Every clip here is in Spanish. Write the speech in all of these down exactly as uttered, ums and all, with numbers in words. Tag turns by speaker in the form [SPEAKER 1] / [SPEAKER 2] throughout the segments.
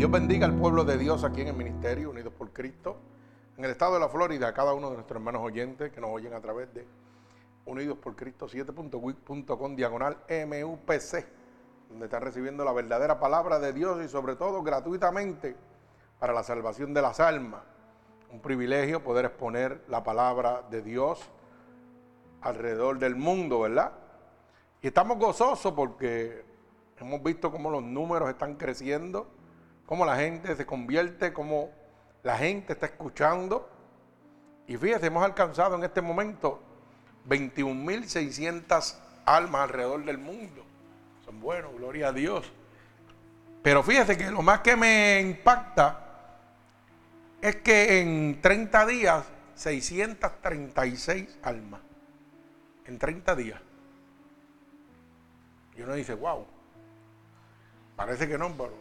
[SPEAKER 1] Dios bendiga al pueblo de Dios aquí en el Ministerio Unidos por Cristo, en el estado de la Florida, a cada uno de nuestros hermanos oyentes que nos oyen a través de Unidos por Cristo siete punto wix punto com diagonal M U P C, donde están recibiendo la verdadera palabra de Dios y sobre todo gratuitamente para la salvación de las almas. Un privilegio poder exponer la palabra de Dios alrededor del mundo, ¿verdad? Y estamos gozosos porque hemos visto cómo los números están creciendo, cómo la gente se convierte, cómo la gente está escuchando. Y fíjate, hemos alcanzado en este momento veintiún mil seiscientas almas alrededor del mundo. Son buenos, gloria a Dios. Pero fíjate que lo más que me impacta es que en treinta días, seiscientas treinta y seis almas. En treinta días. Y uno dice, wow, parece que no, pero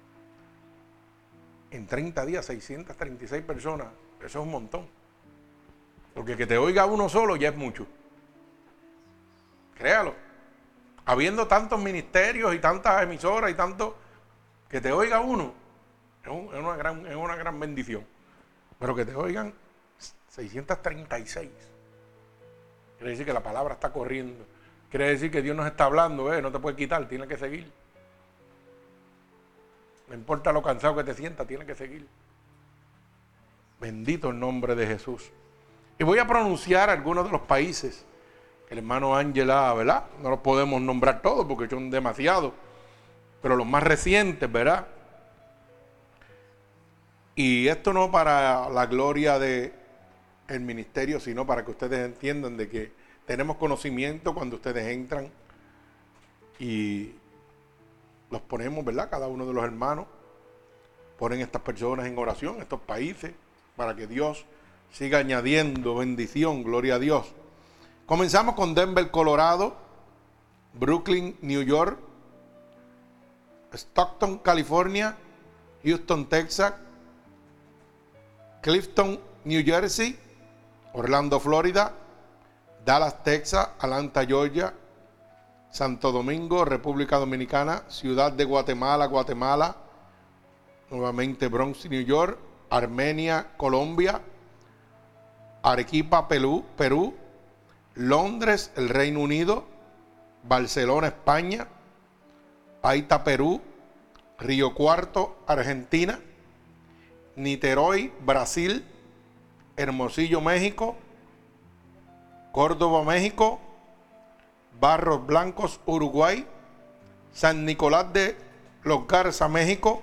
[SPEAKER 1] en treinta días, seiscientas treinta y seis personas, eso es un montón. Porque que te oiga uno solo ya es mucho. Créalo. Habiendo tantos ministerios y tantas emisoras y tanto, que te oiga uno, es, un, es, una gran, es una gran bendición. Pero que te oigan seiscientas treinta y seis. Quiere decir que la palabra está corriendo. Quiere decir que Dios nos está hablando, ¿eh? No te puede quitar, tiene que seguir. No importa lo cansado que te sientas, tiene que seguir. Bendito el nombre de Jesús. Y voy a pronunciar algunos de los países que el hermano Ángela, ¿verdad? No los podemos nombrar todos porque son demasiados, pero los más recientes, ¿verdad? Y esto no para la gloria del ministerio, sino para que ustedes entiendan de que tenemos conocimiento cuando ustedes entran y los ponemos, ¿verdad? Cada uno de los hermanos ponen estas personas en oración, estos países, para que Dios siga añadiendo bendición, gloria a Dios. Comenzamos con Denver, Colorado, Brooklyn, New York, Stockton, California, Houston, Texas, Clifton, New Jersey, Orlando, Florida, Dallas, Texas, Atlanta, Georgia, Santo Domingo, República Dominicana, Ciudad de Guatemala, Guatemala, nuevamente Bronx, New York, Armenia, Colombia, Arequipa, Perú, Perú, Londres, el Reino Unido, Barcelona, España, Paita, Perú, Río Cuarto, Argentina, Niterói, Brasil, Hermosillo, México, Córdoba, México, Barros Blancos, Uruguay, San Nicolás de los Garza, México,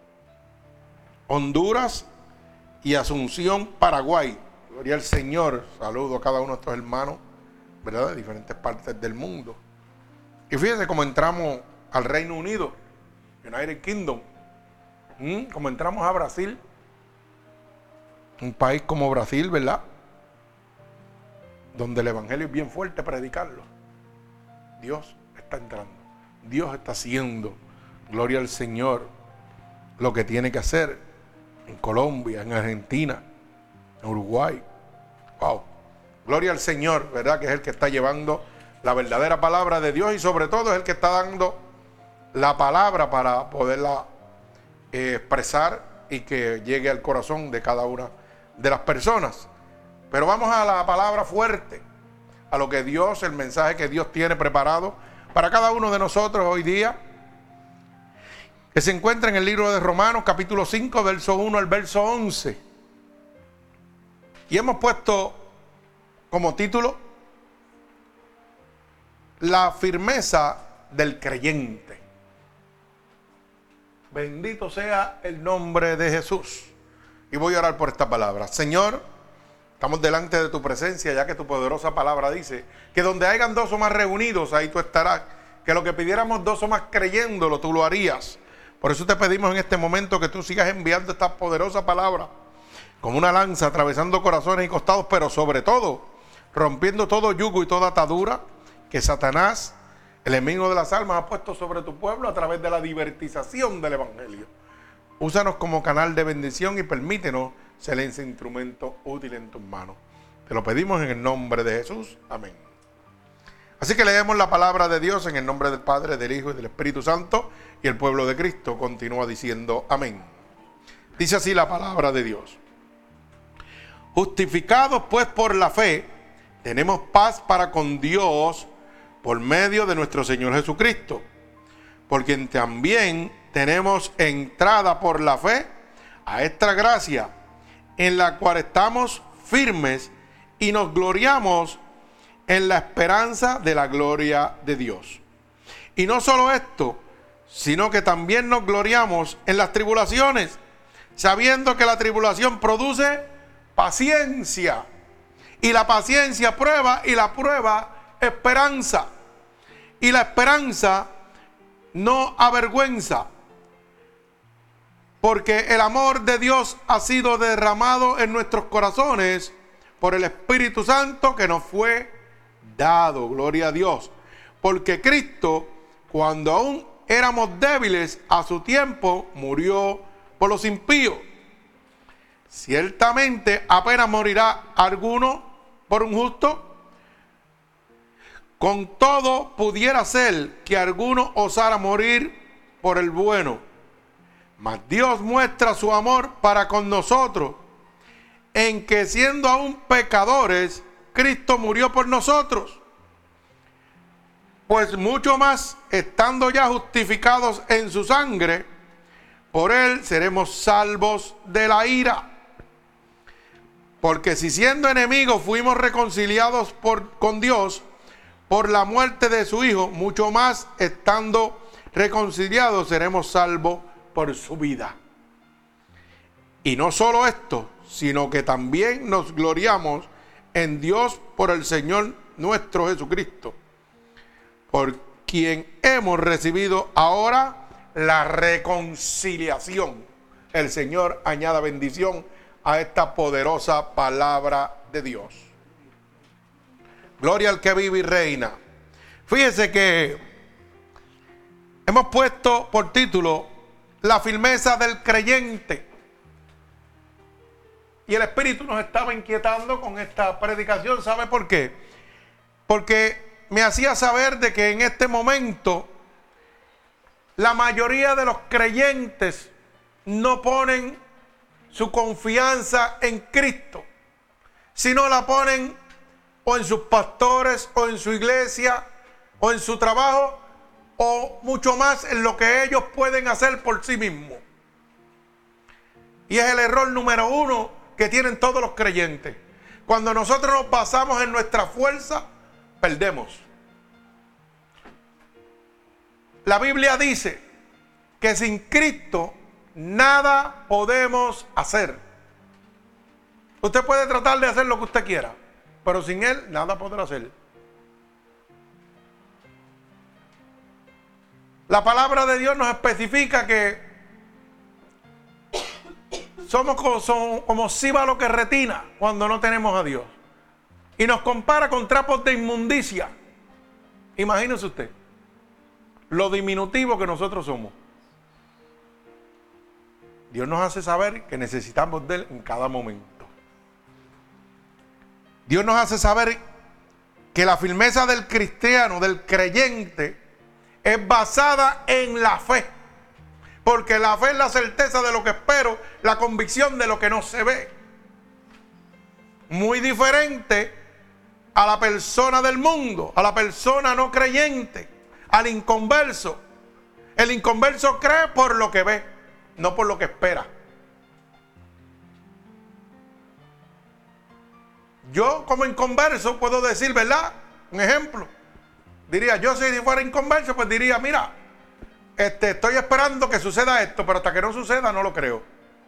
[SPEAKER 1] Honduras y Asunción, Paraguay. Gloria al Señor. Saludo a cada uno de estos hermanos, ¿verdad? De diferentes partes del mundo. Y fíjense cómo entramos al Reino Unido, United Kingdom, ¿Mm? Como entramos a Brasil, un país como Brasil, ¿verdad? Donde el evangelio es bien fuerte predicarlo. Dios está entrando. Dios está haciendo, gloria al Señor, lo que tiene que hacer en Colombia, en Argentina, en Uruguay. Wow. Gloria al Señor, ¿verdad? Que es el que está llevando la verdadera palabra de Dios y sobre todo es el que está dando la palabra para poderla eh, expresar y que llegue al corazón de cada una de las personas. Pero vamos a la palabra fuerte, a lo que Dios, el mensaje que Dios tiene preparado para cada uno de nosotros hoy día, que se encuentra en el libro de Romanos, capítulo cinco, verso uno al verso once. Y hemos puesto como título la firmeza del creyente. Bendito sea el nombre de Jesús. Y voy a orar por esta palabra. Señor, estamos delante de tu presencia, ya que tu poderosa palabra dice que donde hayan dos o más reunidos, ahí tú estarás. Que lo que pidiéramos dos o más creyéndolo, tú lo harías. Por eso te pedimos en este momento que tú sigas enviando esta poderosa palabra como una lanza, atravesando corazones y costados, pero sobre todo, rompiendo todo yugo y toda atadura que Satanás, el enemigo de las almas, ha puesto sobre tu pueblo a través de la divertización del evangelio. Úsanos como canal de bendición y permítenos ser ese instrumento útil en tus manos. Te lo pedimos en el nombre de Jesús. Amén. Así que leemos la palabra de Dios en el nombre del Padre, del Hijo y del Espíritu Santo, y el pueblo de Cristo continúa diciendo amén. Dice así la palabra de Dios. Justificados pues por la fe, tenemos paz para con Dios por medio de nuestro Señor Jesucristo, por quien también tenemos entrada por la fe a esta gracia, en la cual estamos firmes y nos gloriamos en la esperanza de la gloria de Dios. Y no solo esto, sino que también nos gloriamos en las tribulaciones, sabiendo que la tribulación produce paciencia, y la paciencia prueba, y la prueba esperanza, y la esperanza no avergüenza, porque el amor de Dios ha sido derramado en nuestros corazones por el Espíritu Santo que nos fue dado. Gloria a Dios. Porque Cristo, cuando aún éramos débiles, a su tiempo murió por los impíos. Ciertamente apenas morirá alguno por un justo. Con todo pudiera ser que alguno osara morir por el bueno. Mas Dios muestra su amor para con nosotros, en que siendo aún pecadores, Cristo murió por nosotros. Pues mucho más, estando ya justificados en su sangre, por él seremos salvos de la ira. Porque si siendo enemigos fuimos reconciliados por, con Dios por la muerte de su Hijo, mucho más, estando reconciliados, seremos salvos por su vida. Y no solo esto, sino que también nos gloriamos en Dios por el Señor nuestro Jesucristo, por quien hemos recibido ahora la reconciliación. El Señor añada bendición a esta poderosa palabra de Dios. Gloria al que vive y reina. Fíjese que hemos puesto por título la firmeza del creyente. Y el Espíritu nos estaba inquietando con esta predicación. ¿Sabe por qué? Porque me hacía saber de que en este momento la mayoría de los creyentes no ponen su confianza en Cristo, sino la ponen o en sus pastores, o en su iglesia, o en su trabajo, o mucho más en lo que ellos pueden hacer por sí mismos. Y es el error número uno que tienen todos los creyentes. Cuando nosotros nos basamos en nuestra fuerza, perdemos. La Biblia dice que sin Cristo nada podemos hacer. Usted puede tratar de hacer lo que usted quiera, pero sin Él nada podrá hacer. La palabra de Dios nos especifica que somos como, somos como cíbalo que retina cuando no tenemos a Dios. Y nos compara con trapos de inmundicia. Imagínese usted lo diminutivo que nosotros somos. Dios nos hace saber que necesitamos de Él en cada momento. Dios nos hace saber que la firmeza del cristiano, del creyente, es basada en la fe. Porque la fe es la certeza de lo que espero, la convicción de lo que no se ve. Muy diferente a la persona del mundo, a la persona no creyente, al inconverso. El inconverso cree por lo que ve, no por lo que espera. Yo como inconverso puedo decir, ¿verdad? Un ejemplo. Diría, yo si fuera inconverso, pues diría, mira, este, estoy esperando que suceda esto, pero hasta que no suceda no lo creo.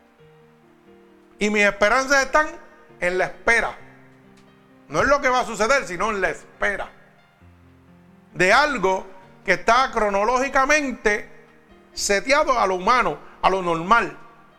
[SPEAKER 1] Y mis esperanzas están en la espera. No es lo que va a suceder, sino en la espera. De algo que está cronológicamente seteado a lo humano, a lo normal.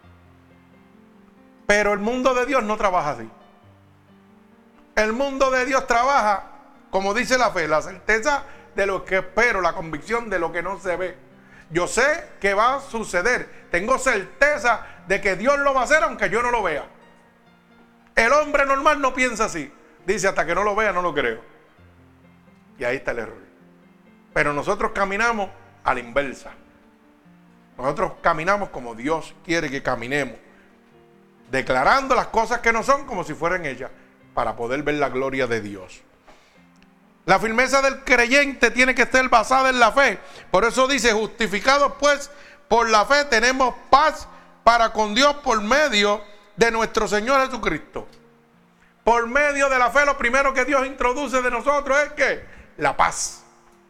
[SPEAKER 1] Pero el mundo de Dios no trabaja así. El mundo de Dios trabaja, como dice la fe, la certeza de lo que espero, la convicción de lo que no se ve. Yo sé que va a suceder. Tengo certeza de que Dios lo va a hacer aunque yo no lo vea. El hombre normal no piensa así. Dice, hasta que no lo vea no lo creo. Y ahí está el error. Pero nosotros caminamos a la inversa. Nosotros caminamos como Dios quiere que caminemos, declarando las cosas que no son como si fueran ellas, para poder ver la gloria de Dios. La firmeza del creyente tiene que estar basada en la fe. Por eso dice, justificados pues por la fe tenemos paz para con Dios por medio de nuestro Señor Jesucristo. Por medio de la fe, lo primero que Dios introduce de nosotros es que la paz.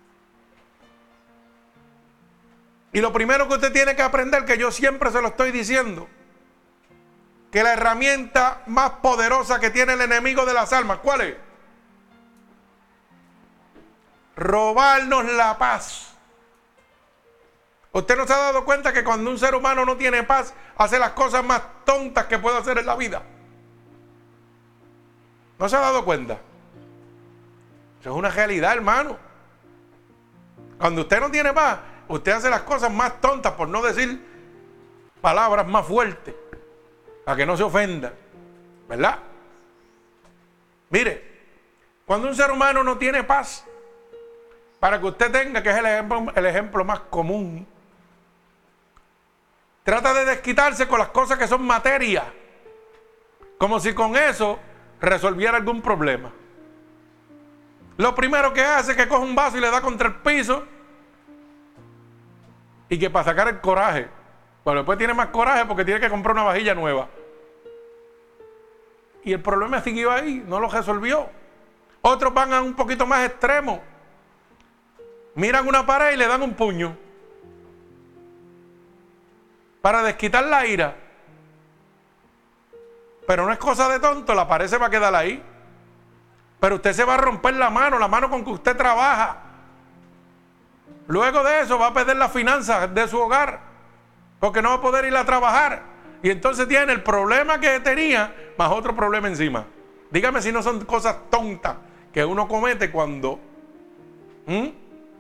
[SPEAKER 1] Y lo primero que usted tiene que aprender, que yo siempre se lo estoy diciendo, que la herramienta más poderosa que tiene el enemigo de las almas, ¿cuál es? Robarnos la paz. ¿Usted no se ha dado cuenta que cuando un ser humano no tiene paz, hace las cosas más tontas que puede hacer en la vida? ¿No se ha dado cuenta? Eso es una realidad, hermano. Cuando usted no tiene paz, usted hace las cosas más tontas, por no decir palabras más fuertes, para que no se ofenda, ¿verdad? Mire, cuando un ser humano no tiene paz, para que usted tenga, que es el ejemplo, el ejemplo más común, trata de desquitarse con las cosas que son materia, como si con eso resolviera algún problema. Lo primero que hace es que coge un vaso y le da contra el piso, y que para sacar el coraje, pero después tiene más coraje porque tiene que comprar una vajilla nueva. Y el problema siguió ahí, no lo resolvió. Otros van a un poquito más extremo. Miran una pared y le dan un puño para desquitar la ira. Pero no es cosa de tonto, la pared se va a quedar ahí. Pero usted se va a romper la mano, la mano con que usted trabaja. Luego de eso va a perder las finanzas de su hogar, porque no va a poder ir a trabajar. Y entonces tiene el problema que tenía, más otro problema encima. Dígame si no son cosas tontas que uno comete cuando... ¿Mm?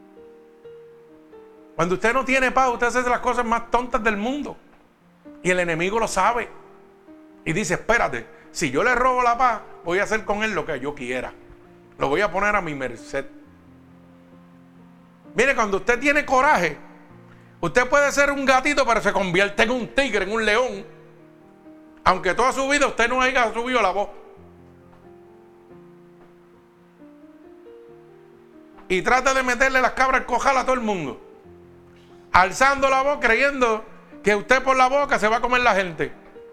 [SPEAKER 1] Cuando usted no tiene paz, usted hace las cosas más tontas del mundo. Y el enemigo lo sabe. Y dice, espérate, si yo le robo la paz, voy a hacer con él lo que yo quiera. Lo voy a poner a mi merced. Mire, cuando usted tiene coraje, usted puede ser un gatito, pero se convierte en un tigre, en un león. Aunque toda su vida usted no haya subido la voz. Y trata de meterle las cabras al cojal a todo el mundo, alzando la voz, creyendo que usted por la boca se va a comer la gente.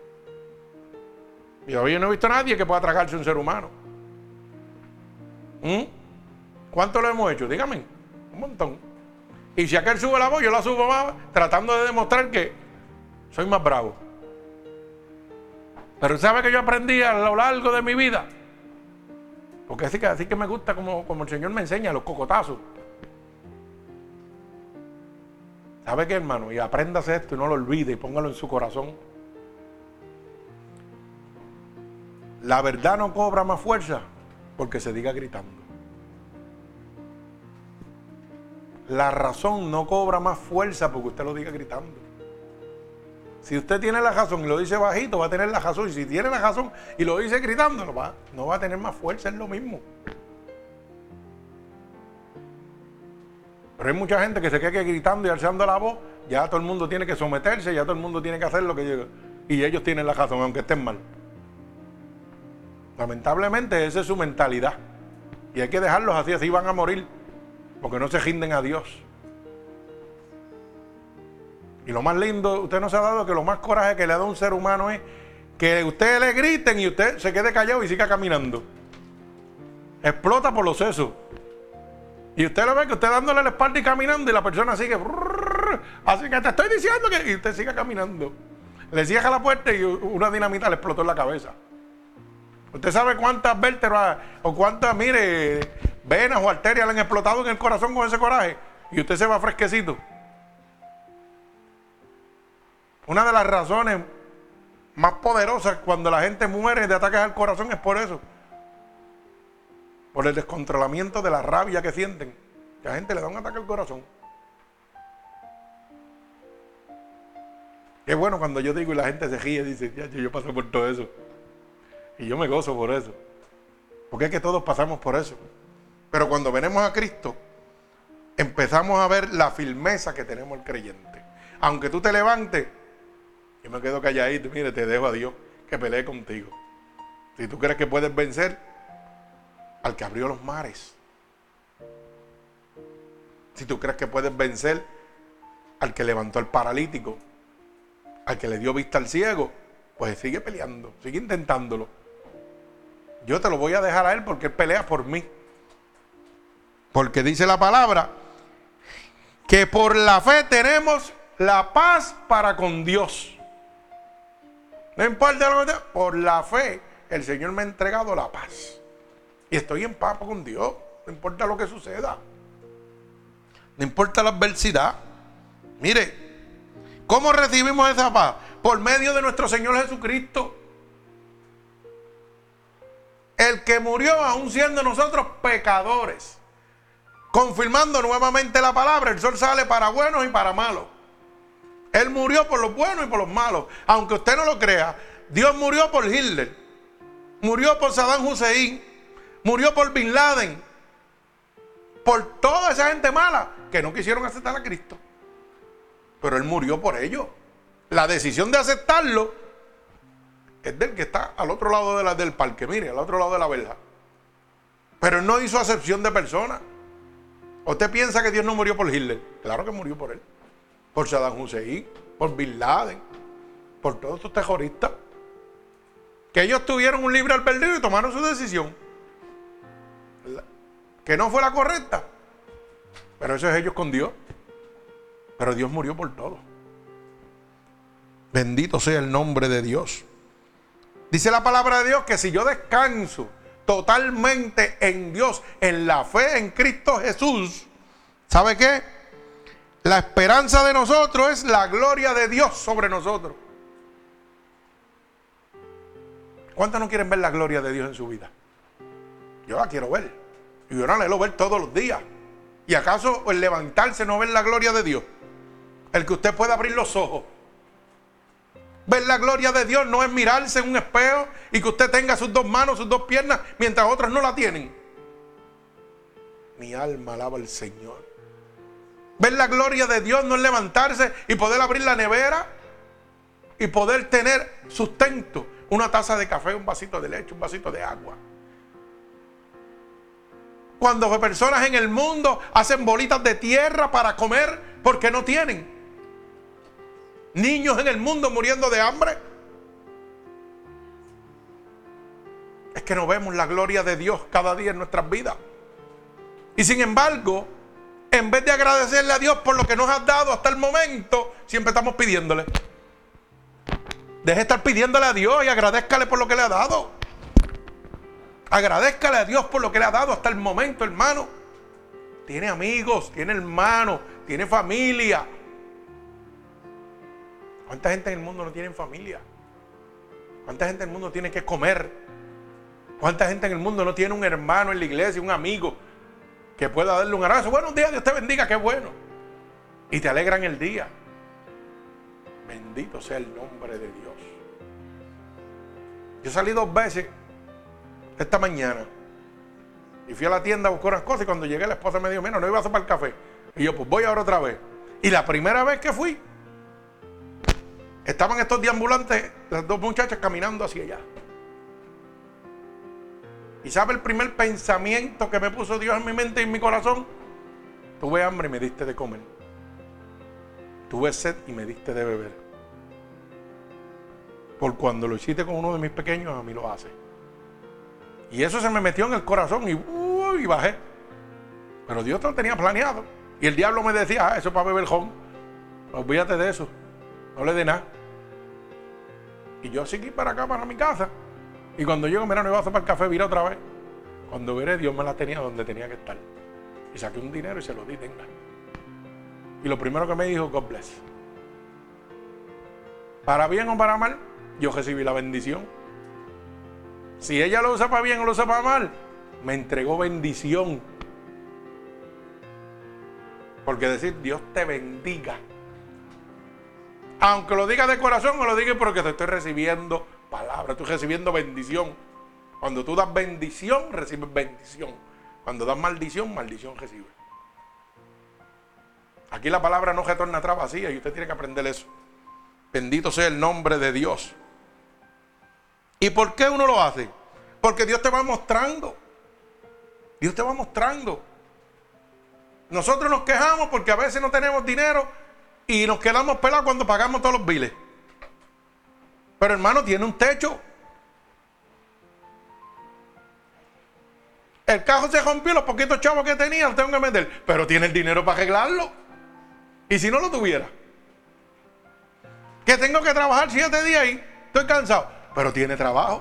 [SPEAKER 1] Y hoy no he visto a nadie que pueda tragarse un ser humano. ¿Mm? ¿Cuánto lo hemos hecho? Dígame. Un montón. Y si aquel sube la voz, yo la subo más, tratando de demostrar que soy más bravo. Pero ¿sabe que yo aprendí a lo largo de mi vida? Porque así que, así que me gusta como, como el Señor me enseña, los cocotazos. ¿Sabe qué, hermano? Y apréndase esto y no lo olvide y póngalo en su corazón. La verdad no cobra más fuerza porque se diga gritando. La razón no cobra más fuerza porque usted lo diga gritando. Si usted tiene la razón y lo dice bajito, va a tener la razón. Y si tiene la razón y lo dice gritando, no va, no va a tener más fuerza, es lo mismo. Pero hay mucha gente que se queda gritando y alzando la voz. Ya todo el mundo tiene que someterse, ya todo el mundo tiene que hacer lo que llega. Y ellos tienen la razón, aunque estén mal. Lamentablemente esa es su mentalidad. Y hay que dejarlos así, así van a morir. Porque no se rinden a Dios. Y lo más lindo, usted no se ha dado que lo más coraje que le da a un ser humano es que usted le griten y usted se quede callado y siga caminando. Explota por los sesos. Y usted lo ve que usted dándole la espalda y caminando y la persona sigue. Así que te estoy diciendo que... Y usted sigue caminando. Le cierra la puerta y una dinamita le explotó en la cabeza. Usted sabe cuántas vértebras o cuántas, mire, venas o arterias le han explotado en el corazón con ese coraje. Y usted se va fresquecito. Una de las razones más poderosas cuando la gente muere de ataques al corazón es por eso. Por el descontrolamiento de la rabia que sienten. Que a la gente le da un ataque al corazón. Qué bueno cuando yo digo y la gente se ríe y dice, ya, yo pasé por todo eso. Y yo me gozo por eso. Porque es que todos pasamos por eso. Pero cuando venimos a Cristo, empezamos a ver la firmeza que tenemos el creyente. Aunque tú te levantes, yo me quedo calladito, mire, te dejo a Dios que pelee contigo. Si tú crees que puedes vencer al que abrió los mares, si tú crees que puedes vencer al que levantó al paralítico, al que le dio vista al ciego, pues sigue peleando, sigue intentándolo. Yo te lo voy a dejar a él porque él pelea por mí. Porque dice la palabra que por la fe tenemos la paz para con Dios. No importa lo que sea, por la fe el Señor me ha entregado la paz. Y estoy en paz con Dios. No importa lo que suceda. No importa la adversidad. Mire, ¿cómo recibimos esa paz? Por medio de nuestro Señor Jesucristo. El que murió aún siendo nosotros pecadores. Confirmando nuevamente la palabra, el sol sale para buenos y para malos. Él murió por los buenos y por los malos. Aunque usted no lo crea, Dios murió por Hitler. Murió por Saddam Hussein. Murió por Bin Laden. Por toda esa gente mala que no quisieron aceptar a Cristo. Pero Él murió por ellos. La decisión de aceptarlo es del que está al otro lado de la, del parque, mire, al otro lado de la verja. Pero Él no hizo acepción de personas. ¿Usted piensa que Dios no murió por Hitler? Claro que murió por él. Por Saddam Hussein, por Bin Laden, por todos estos terroristas. Que ellos tuvieron un libre albedrío y tomaron su decisión. Que no fue la correcta. Pero eso es ellos con Dios. Pero Dios murió por todo. Bendito sea el nombre de Dios. Dice la palabra de Dios que si yo descanso totalmente en Dios, en la fe en Cristo Jesús, ¿sabe qué? La esperanza de nosotros es la gloria de Dios sobre nosotros. ¿Cuántos no quieren ver la gloria de Dios en su vida? Yo la quiero ver. Y yo la anhelo ver todos los días. ¿Y acaso el levantarse no ver la gloria de Dios? El que usted pueda abrir los ojos. Ver la gloria de Dios no es mirarse en un espejo y que usted tenga sus dos manos, sus dos piernas, mientras otros no la tienen. Mi alma alaba al Señor. Ver la gloria de Dios no es levantarse y poder abrir la nevera y poder tener sustento. Una taza de café, un vasito de leche, un vasito de agua. Cuando personas en el mundo hacen bolitas de tierra para comer porque no tienen. Niños en el mundo muriendo de hambre. Es que no vemos la gloria de Dios cada día en nuestras vidas. Y sin embargo, en vez de agradecerle a Dios por lo que nos ha dado hasta el momento, siempre estamos pidiéndole. Deje de estar pidiéndole a Dios y agradézcale por lo que le ha dado. Agradézcale a Dios por lo que le ha dado hasta el momento, hermano. Tiene amigos, tiene hermanos, tiene familia. ¿Cuánta gente en el mundo no tiene familia? ¿Cuánta gente en el mundo tiene que comer? ¿Cuánta gente en el mundo no tiene un hermano en la iglesia, un amigo que pueda darle un abrazo? Buenos días, Dios te bendiga, qué bueno. Y te alegran el día. Bendito sea el nombre de Dios. Yo salí dos veces esta mañana y fui a la tienda a buscar unas cosas y cuando llegué la esposa me dijo, mira, no iba a hacer para el café. Y yo, pues voy ahora otra vez. Y la primera vez que fui, estaban estos deambulantes, las dos muchachas caminando hacia allá. ¿Y sabe el primer pensamiento que me puso Dios en mi mente y en mi corazón? Tuve hambre y me diste de comer. Tuve sed y me diste de beber. Por cuando lo hiciste con uno de mis pequeños, a mí lo hace. Y eso se me metió en el corazón y, uh, y bajé. Pero Dios lo tenía planeado. Y el diablo me decía, ah, eso es para beber jón. Olvídate de eso. No le dé nada. Y yo seguí para acá, para mi casa. Y cuando llego, mira, no iba a hacer para el café, viré otra vez. Cuando viré, Dios me la tenía donde tenía que estar. Y saqué un dinero y se lo di, tenga. Y lo primero que me dijo, God bless. Para bien o para mal, yo recibí la bendición. Si ella lo usa para bien o lo usa para mal, me entregó bendición. Porque decir, Dios te bendiga. Aunque lo diga de corazón o lo diga porque te estoy recibiendo palabra, estoy recibiendo bendición. Cuando tú das bendición, recibes bendición. Cuando das maldición, maldición recibe. Aquí la palabra no retorna atrás vacía y usted tiene que aprender eso. Bendito sea el nombre de Dios. ¿Y por qué uno lo hace? Porque Dios te va mostrando. Dios te va mostrando. Nosotros nos quejamos porque a veces no tenemos dinero y nos quedamos pelados cuando pagamos todos los biles. Pero hermano, tiene un techo. El carro se rompió, los poquitos chavos que tenía los tengo que meter. Pero tiene el dinero para arreglarlo. ¿Y si no lo tuviera? Que tengo que trabajar siete días y estoy cansado. Pero tiene trabajo.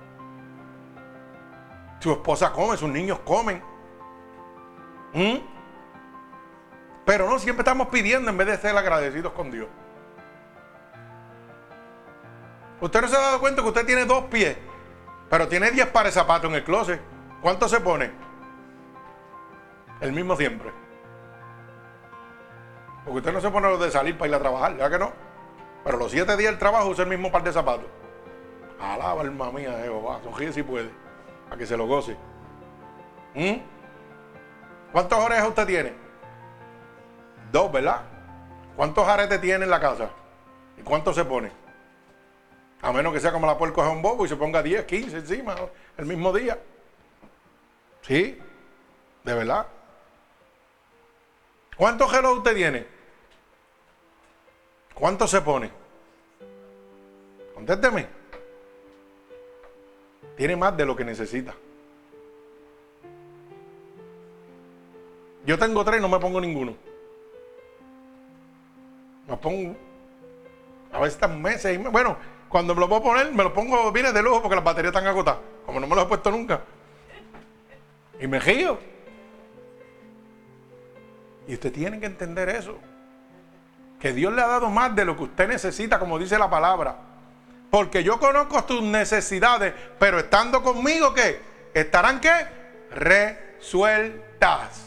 [SPEAKER 1] Su esposa come, sus niños comen. ¿Mm? Pero no siempre estamos pidiendo en vez de ser agradecidos con Dios. Usted no se ha dado cuenta que usted tiene dos pies, pero tiene diez pares de zapatos en el closet. ¿Cuánto se pone? El mismo siempre. Porque usted no se pone los de salir para ir a trabajar, ¿verdad que no? Pero los siete días del trabajo usa el mismo par de zapatos. Alaba, alma mía, Jehová, sonríe si puede, para que se lo goce. ¿Mm? ¿Cuántas orejas usted tiene? Dos, ¿verdad? ¿Cuántos aretes tiene en la casa? ¿Y cuántos se pone? A menos que sea como la puerca de un bobo y se ponga diez, quince encima el mismo día. ¿Sí? ¿De verdad? ¿Cuántos relojes usted tiene? ¿Cuántos se pone? Contésteme. Tiene más de lo que necesita. Yo tengo tres y no me pongo ninguno. Me pongo a veces están meses y me, bueno, cuando me lo puedo poner me lo pongo, viene de lujo porque las baterías están agotadas, como no me lo he puesto nunca, y me río. Y usted tiene que entender eso, que Dios le ha dado más de lo que usted necesita, como dice la palabra, porque yo conozco tus necesidades, pero estando conmigo, ¿qué? ¿Estarán qué? Resueltas.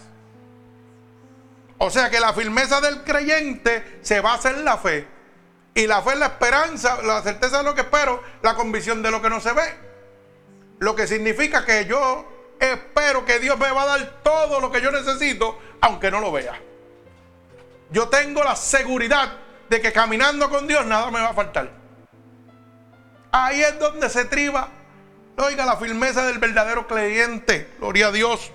[SPEAKER 1] O sea que la firmeza del creyente se basa en la fe. Y la fe es la esperanza, la certeza de lo que espero, la convicción de lo que no se ve. Lo que significa que yo espero que Dios me va a dar todo lo que yo necesito, aunque no lo vea. Yo tengo la seguridad de que caminando con Dios nada me va a faltar. Ahí es donde se triba, oiga, la firmeza del verdadero creyente. Gloria a Dios.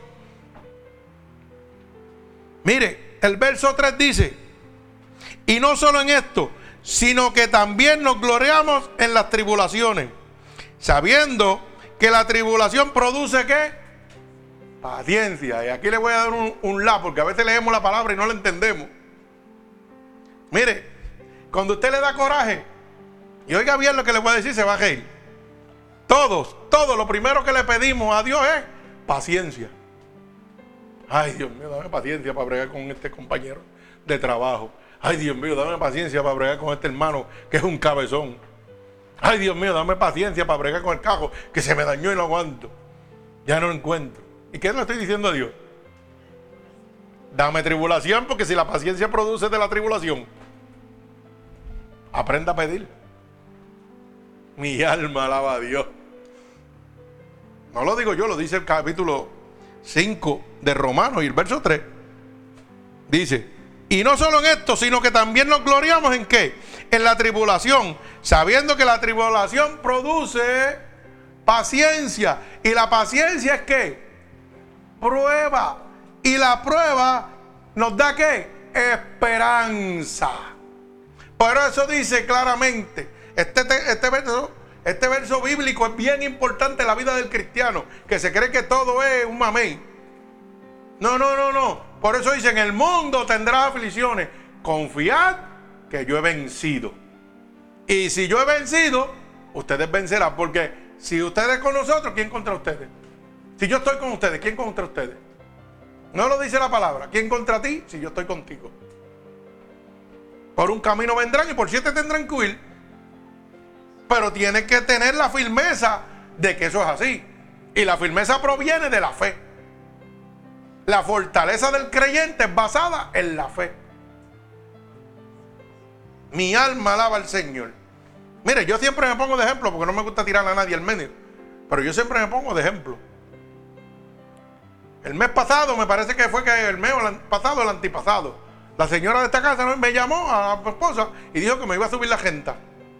[SPEAKER 1] Mire, el verso tres dice: y no solo en esto, sino que también nos gloriamos en las tribulaciones, sabiendo que la tribulación produce ¿qué? Paciencia. Y aquí le voy a dar un, un la, porque a veces leemos la palabra y no la entendemos. Mire, cuando usted le da coraje, y oiga bien lo que le voy a decir, se va a reír. Todos, todos, lo primero que le pedimos a Dios es paciencia. Ay, Dios mío, dame paciencia para bregar con este compañero de trabajo. Ay, Dios mío, dame paciencia para bregar con este hermano que es un cabezón. Ay, Dios mío, dame paciencia para bregar con el cajo que se me dañó y no aguanto. Ya no lo encuentro. ¿Y qué le estoy diciendo a Dios? Dame tribulación, porque si la paciencia produce de la tribulación, aprenda a pedir. Mi alma alaba a Dios. No lo digo yo, lo dice el capítulo cinco de Romanos y el verso tres. Dice: y no solo en esto, sino que también nos gloriamos en ¿qué? En la tribulación, sabiendo que la tribulación produce paciencia. Y la paciencia es ¿qué? Prueba. Y la prueba nos da ¿qué? Esperanza. Por eso dice claramente, este, este, verso, este verso bíblico es bien importante en la vida del cristiano, que se cree que todo es un mamey. No, no, no, no. Por eso dice: en el mundo tendrás aflicciones. Confiad que yo he vencido. Y si yo he vencido, ustedes vencerán. Porque si ustedes con nosotros, ¿quién contra ustedes? Si yo estoy con ustedes, ¿quién contra ustedes? No lo dice la palabra. ¿Quién contra ti? Si yo estoy contigo. Por un camino vendrán y por siete tendrán que huir. Pero tienes que tener la firmeza de que eso es así. Y la firmeza proviene de la fe. La fortaleza del creyente es basada en la fe. Mi alma alaba al Señor. Mire, yo siempre me pongo de ejemplo, porque no me gusta tirar a nadie al medio, pero yo siempre me pongo de ejemplo. El mes pasado, me parece que fue que el mes pasado, el antipasado, la señora de esta casa me llamó a mi esposa y dijo que me iba a subir la renta.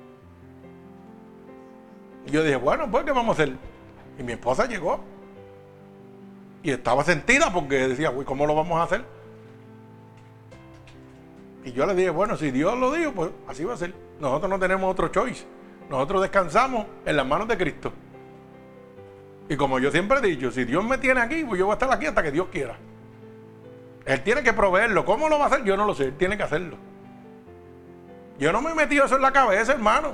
[SPEAKER 1] Y yo dije, bueno, pues ¿qué vamos a hacer? Y mi esposa llegó y estaba sentida porque decía, uy, ¿cómo lo vamos a hacer? Y yo le dije, bueno, si Dios lo dijo, pues así va a ser. Nosotros no tenemos otro choice. Nosotros descansamos en las manos de Cristo. Y como yo siempre he dicho, si Dios me tiene aquí, pues yo voy a estar aquí hasta que Dios quiera. Él tiene que proveerlo. ¿Cómo lo va a hacer? Yo no lo sé. Él tiene que hacerlo. Yo no me he metido eso en la cabeza, hermano.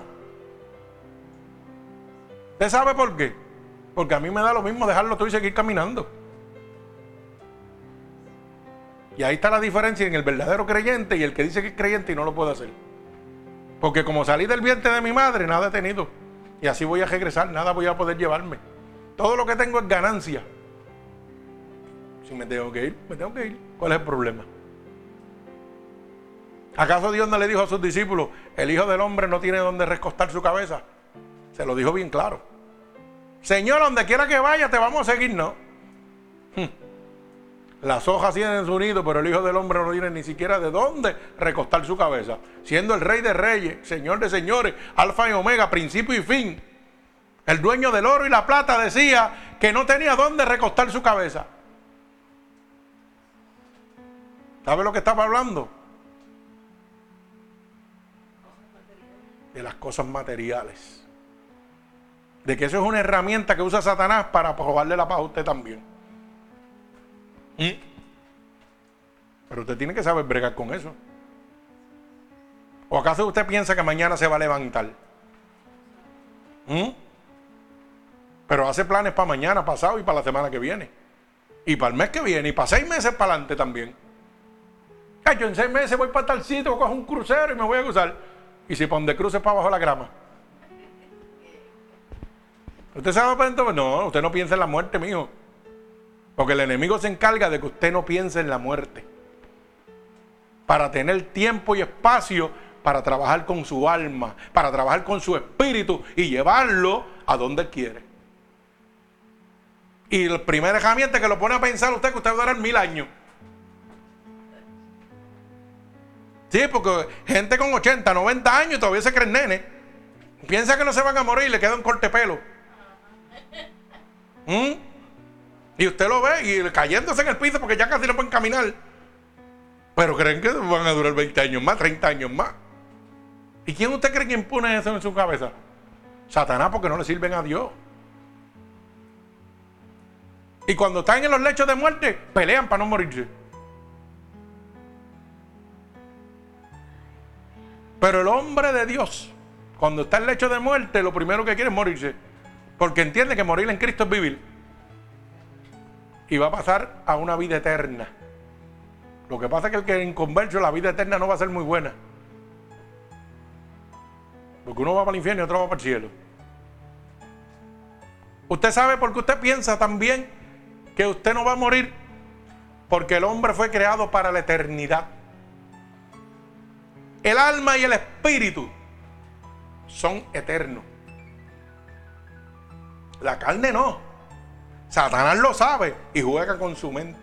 [SPEAKER 1] ¿Usted sabe por qué? Porque a mí me da lo mismo dejarlo todo y seguir caminando. Y ahí está la diferencia en el verdadero creyente y el que dice que es creyente y no lo puede hacer. Porque como salí del vientre de mi madre, nada he tenido. Y así voy a regresar, nada voy a poder llevarme. Todo lo que tengo es ganancia. Si me tengo que ir, me tengo que ir. ¿Cuál es el problema? ¿Acaso Dios no le dijo a sus discípulos, el Hijo del Hombre no tiene donde recostar su cabeza? Se lo dijo bien claro. Señor, donde quiera que vaya, te vamos a seguir, ¿no? Las hojas tienen su nido, pero el Hijo del Hombre no tiene ni siquiera de dónde recostar su cabeza. Siendo el Rey de Reyes, Señor de Señores, Alfa y Omega, principio y fin. El dueño del oro y la plata decía que no tenía dónde recostar su cabeza. ¿Sabe lo que estaba hablando? De las cosas materiales. De que eso es una herramienta que usa Satanás para robarle la paz a usted también. ¿Mm? Pero usted tiene que saber bregar con eso. ¿O acaso usted piensa que mañana se va a levantar? ¿Mm? Pero hace planes para mañana, pasado y para la semana que viene. Y para el mes que viene. Y para seis meses para adelante también. Ay, yo en seis meses voy para tal sitio, cojo un crucero y me voy a cruzar. Y si para donde cruce para abajo la grama. ¿Usted se da cuenta? No, usted no piensa en la muerte, mijo. Porque el enemigo se encarga de que usted no piense en la muerte. Para tener tiempo y espacio para trabajar con su alma, para trabajar con su espíritu y llevarlo a donde él quiere. Y el primer herramienta que lo pone a pensar usted que usted va a durar mil años. Sí, porque gente con ochenta, noventa años todavía se creen nene. Piensa que no se van a morir y le queda un corte pelo. ¿Mm? Y usted lo ve y cayéndose en el piso porque ya casi no pueden caminar. Pero creen que van a durar veinte años más, treinta años más. ¿Y quién usted cree que impone eso en su cabeza? Satanás, porque no le sirven a Dios. Y cuando están en los lechos de muerte, pelean para no morirse. Pero el hombre de Dios, cuando está en el lecho de muerte, lo primero que quiere es morirse. Porque entiende que morir en Cristo es vivir. Y va a pasar a una vida eterna. Lo que pasa es que el que en converso, la vida eterna no va a ser muy buena. Porque uno va para el infierno y otro va para el cielo. Usted sabe por qué usted piensa también que usted no va a morir. Porque el hombre fue creado para la eternidad. El alma y el espíritu son eternos. La carne no. Satanás lo sabe y juega con su mente.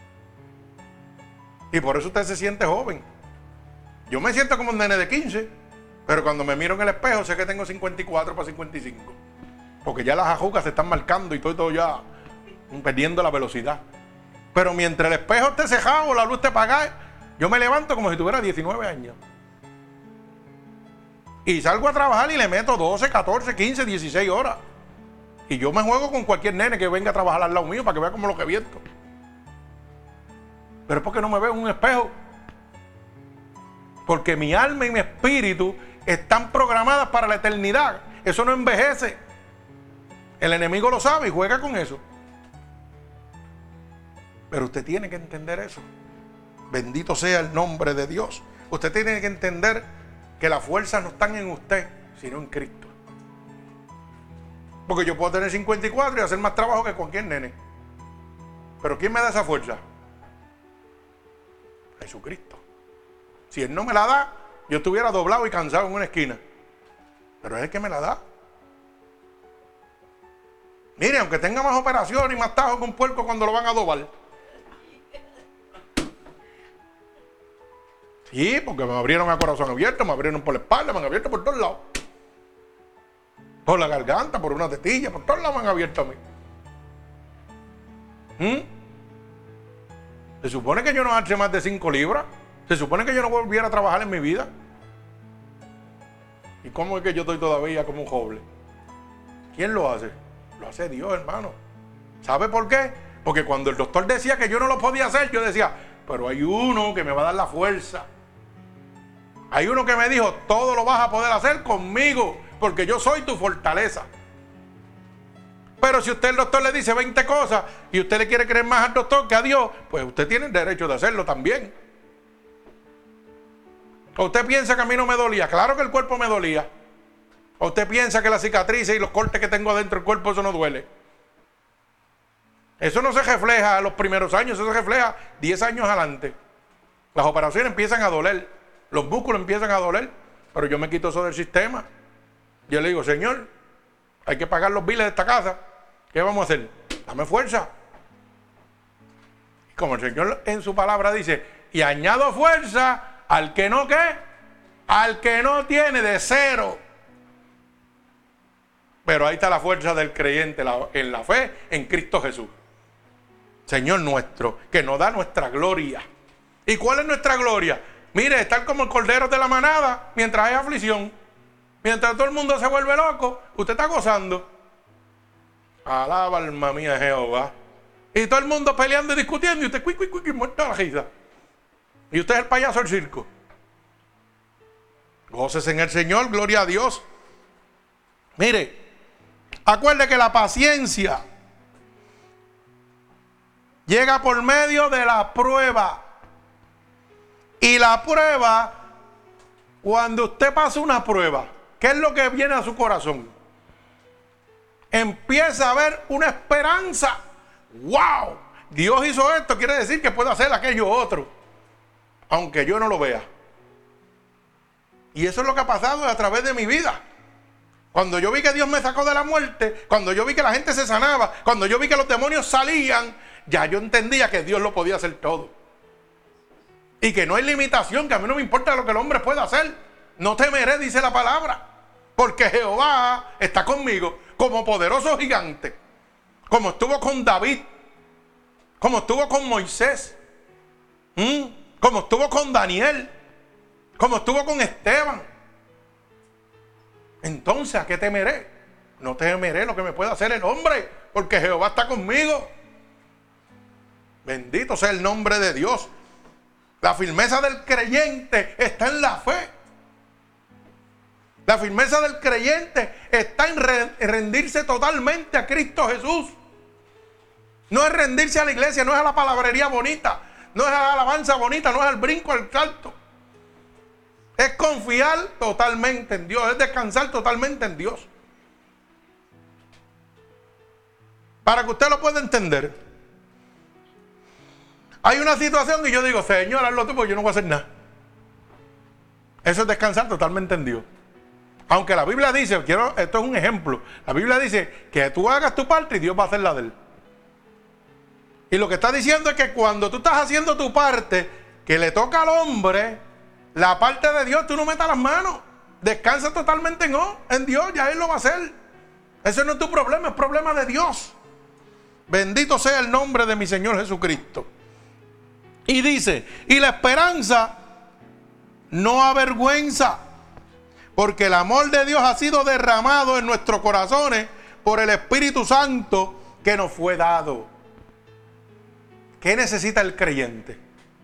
[SPEAKER 1] Y por eso usted se siente joven. Yo me siento como un nene de quince, pero cuando me miro en el espejo sé que tengo cincuenta y cuatro para cincuenta y cinco. Porque ya las ajucas se están marcando y todo, todo ya perdiendo la velocidad. Pero mientras el espejo esté cejado o la luz esté apagada, yo me levanto como si tuviera diecinueve años. Y salgo a trabajar y le meto doce, catorce, quince, dieciséis horas. Y yo me juego con cualquier nene que venga a trabajar al lado mío para que vea cómo lo reviento. Pero es porque no me veo en un espejo. Porque mi alma y mi espíritu están programadas para la eternidad. Eso no envejece. El enemigo lo sabe y juega con eso. Pero usted tiene que entender eso. Bendito sea el nombre de Dios. Usted tiene que entender que las fuerzas no están en usted, sino en Cristo. Porque yo puedo tener cincuenta y cuatro y hacer más trabajo que cualquier nene. Pero ¿quién me da esa fuerza? Jesucristo. Si Él no me la da, yo estuviera doblado y cansado en una esquina. Pero es el que me la da. Mire, aunque tenga más operaciones y más tajos que un puerco cuando lo van a adobar, Sí, porque me abrieron a corazón abierto, me abrieron por la espalda, me han abierto por todos lados. Por la garganta, por una tetilla, por todos lados me han abierto a mí. ¿Mm? Se supone que yo no alce más de cinco libras. Se supone que yo no volviera a trabajar en mi vida. ¿Y cómo es que yo estoy todavía como un joven? ¿Quién lo hace? Lo hace Dios, hermano. ¿Sabe por qué? Porque cuando el doctor decía que yo no lo podía hacer, yo decía, pero hay uno que me va a dar la fuerza. Hay uno que me dijo, todo lo vas a poder hacer conmigo, porque yo soy tu fortaleza. Pero si usted, el doctor, le dice veinte cosas y usted le quiere creer más al doctor que a Dios, pues usted tiene el derecho de hacerlo también. ¿O usted piensa que a mí no me dolía? Claro que el cuerpo me dolía. ¿O usted piensa que las cicatrices y los cortes que tengo adentro del cuerpo, eso no duele? Eso no se refleja a los primeros años, eso se refleja diez años adelante. Las operaciones empiezan a doler, los músculos empiezan a doler, pero yo me quito eso del sistema. Yo le digo, Señor, hay que pagar los biles de esta casa. ¿Qué vamos a hacer? Dame fuerza. Como el Señor en su palabra dice, y añado fuerza al que no, ¿qué? Al que no tiene, de cero. Pero ahí está la fuerza del creyente en la fe en Cristo Jesús, Señor nuestro, que nos da nuestra gloria. ¿Y cuál es nuestra gloria? Mire, estar como el cordero de la manada mientras hay aflicción. Mientras todo el mundo se vuelve loco, usted está gozando. Alaba alma mía Jehová. Y todo el mundo peleando y discutiendo y usted cuic, cuic, cuic, muerto a la risa. Y usted es el payaso del circo. Gócese en el Señor, gloria a Dios. Mire, acuerde que la paciencia llega por medio de la prueba. Y la prueba, cuando usted pasa una prueba, ¿qué es lo que viene a su corazón? Empieza a ver una esperanza. ¡Wow! Dios hizo esto, quiere decir que puede hacer aquello otro, aunque yo no lo vea. Y eso es lo que ha pasado a través de mi vida. Cuando yo vi que Dios me sacó de la muerte, cuando yo vi que la gente se sanaba, cuando yo vi que los demonios salían, ya yo entendía que Dios lo podía hacer todo. Y que no hay limitación, que a mí no me importa lo que el hombre pueda hacer. No temeré, dice la palabra, porque Jehová está conmigo como poderoso gigante, como estuvo con David, como estuvo con Moisés, ¿Mm? como estuvo con Daniel, como estuvo con Esteban. Entonces, ¿a qué temeré? No temeré lo que me pueda hacer el hombre, porque Jehová está conmigo. Bendito sea el nombre de Dios. La firmeza del creyente está en la fe. La firmeza del creyente está en rendirse totalmente a Cristo Jesús. No es rendirse a la iglesia, no es a la palabrería bonita, no es a la alabanza bonita, no es al brinco, al salto. Es confiar totalmente en Dios, es descansar totalmente en Dios. Para que usted lo pueda entender, hay una situación y yo digo, Señor, hazlo tú porque yo no voy a hacer nada. Eso es descansar totalmente en Dios. Aunque la Biblia dice, quiero, esto es un ejemplo, la Biblia dice que tú hagas tu parte y Dios va a hacer la de él. Y lo que está diciendo es que cuando tú estás haciendo tu parte, que le toca al hombre, la parte de Dios, tú no metas las manos. Descansa totalmente en, oh, en Dios, ya Él lo va a hacer. Ese no es tu problema, es problema de Dios. Bendito sea el nombre de mi Señor Jesucristo. Y dice, y la esperanza no avergüenza, porque el amor de Dios ha sido derramado en nuestros corazones por el Espíritu Santo que nos fue dado. ¿Qué necesita el creyente?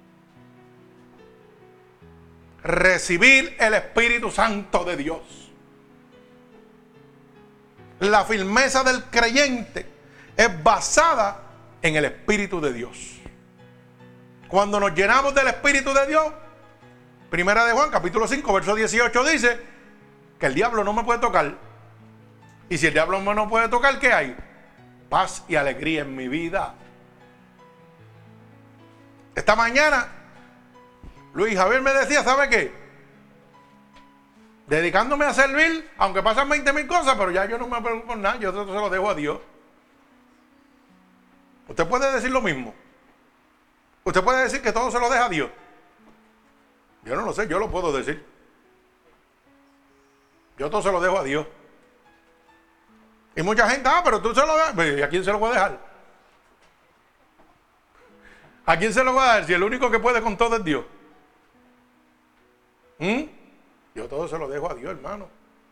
[SPEAKER 1] Recibir el Espíritu Santo de Dios. La firmeza del creyente es basada en el Espíritu de Dios. Cuando nos llenamos del Espíritu de Dios, Primera de Juan, capítulo cinco, verso dieciocho dice que el diablo no me puede tocar. Y si el diablo no me puede tocar, ¿qué hay? Paz y alegría en mi vida. Esta mañana Luis Javier me decía, ¿sabe qué? Dedicándome a servir, aunque pasan veinte mil cosas, pero ya yo no me preocupo por nada, yo se lo dejo a Dios. Usted puede decir lo mismo. Usted puede decir que todo se lo deja a Dios. Yo no lo sé, yo lo puedo decir. Yo todo se lo dejo a Dios. Y mucha gente, ah, pero tú se lo das. ¿Y a quién se lo voy a dejar? ¿A quién se lo voy a dar si el único que puede con todo es Dios? ¿Mm? Yo todo se lo dejo a Dios, hermano.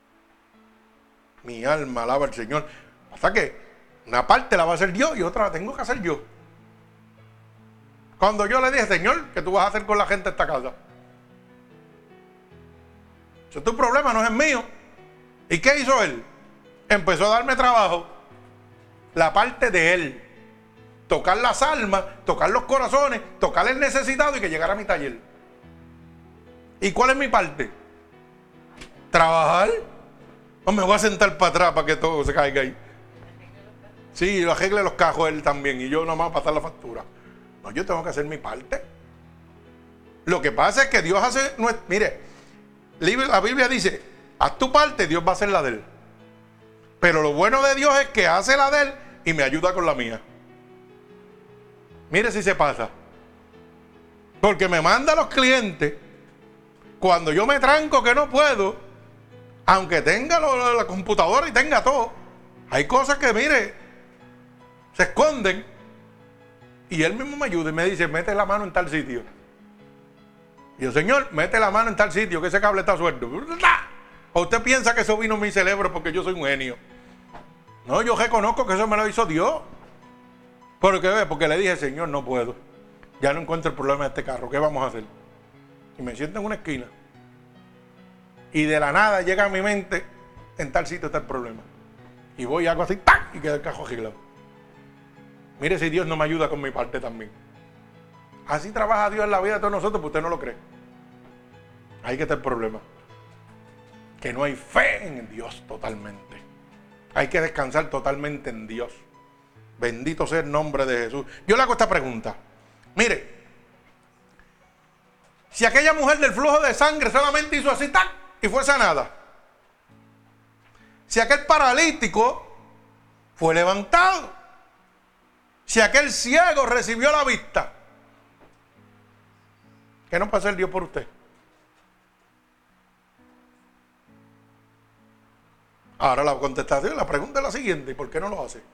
[SPEAKER 1] Mi alma alaba al Señor. Hasta que una parte la va a hacer Dios y otra la tengo que hacer yo. Cuando yo le dije, Señor, ¿qué tú vas a hacer con la gente de esta casa? Eso es tu problema, no es el mío. ¿Y qué hizo él? Empezó a darme trabajo. La parte de él. Tocar las almas, tocar los corazones, tocar el necesitado y que llegara a mi taller. ¿Y cuál es mi parte? ¿Trabajar? O me voy a sentar para atrás para que todo se caiga ahí. Sí, lo arregle los cajos él también y yo nomás pasar la factura. No, yo tengo que hacer mi parte. Lo que pasa es que Dios hace... Mire, la Biblia dice, haz tu parte, Dios va a hacer la de él. Pero lo bueno de Dios es que hace la de él y me ayuda con la mía. Mire si se pasa. Porque me manda a los clientes cuando yo me tranco que no puedo, aunque tenga lo, la computadora y tenga todo. Hay cosas que, mire, se esconden. Y él mismo me ayuda y me dice, mete la mano en tal sitio. Y yo, Señor, mete la mano en tal sitio, que ese cable está suelto. ¿O usted piensa que eso vino en mi cerebro porque yo soy un genio? No, yo reconozco que eso me lo hizo Dios. ¿Por qué? Porque le dije, Señor, no puedo. Ya no encuentro el problema de este carro. ¿Qué vamos a hacer? Y me siento en una esquina. Y de la nada llega a mi mente, en tal sitio está el problema. Y voy y hago así, ¡tac! Y queda el carro arreglado. Mire si Dios no me ayuda con mi parte también. Así trabaja Dios en la vida de todos nosotros, pues usted no lo cree. Ahí que está el problema. Que no hay fe en Dios totalmente. Hay que descansar totalmente en Dios. Bendito sea el nombre de Jesús. Yo le hago esta pregunta. Mire, si aquella mujer del flujo de sangre solamente hizo así, ¡tac! Y fue sanada. Si aquel paralítico fue levantado. Si aquel ciego recibió la vista. ¿Qué no puede hacer Dios por usted? Ahora la contestación, la pregunta es la siguiente: ¿y por qué no lo hace?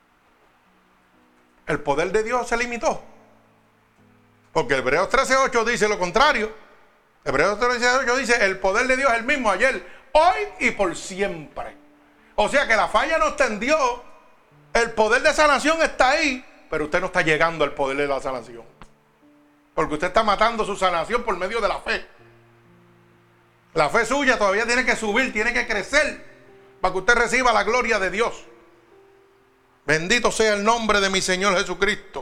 [SPEAKER 1] El poder de Dios se limitó. Porque Hebreos trece ocho dice lo contrario. Hebreos trece ocho dice, el poder de Dios es el mismo ayer, hoy y por siempre. O sea que la falla no está en Dios. El poder de sanación está ahí, pero usted no está llegando al poder de la sanación. Porque usted está matando su sanación por medio de la fe. La fe suya todavía tiene que subir, tiene que crecer, para que usted reciba la gloria de Dios. Bendito sea el nombre de mi Señor Jesucristo.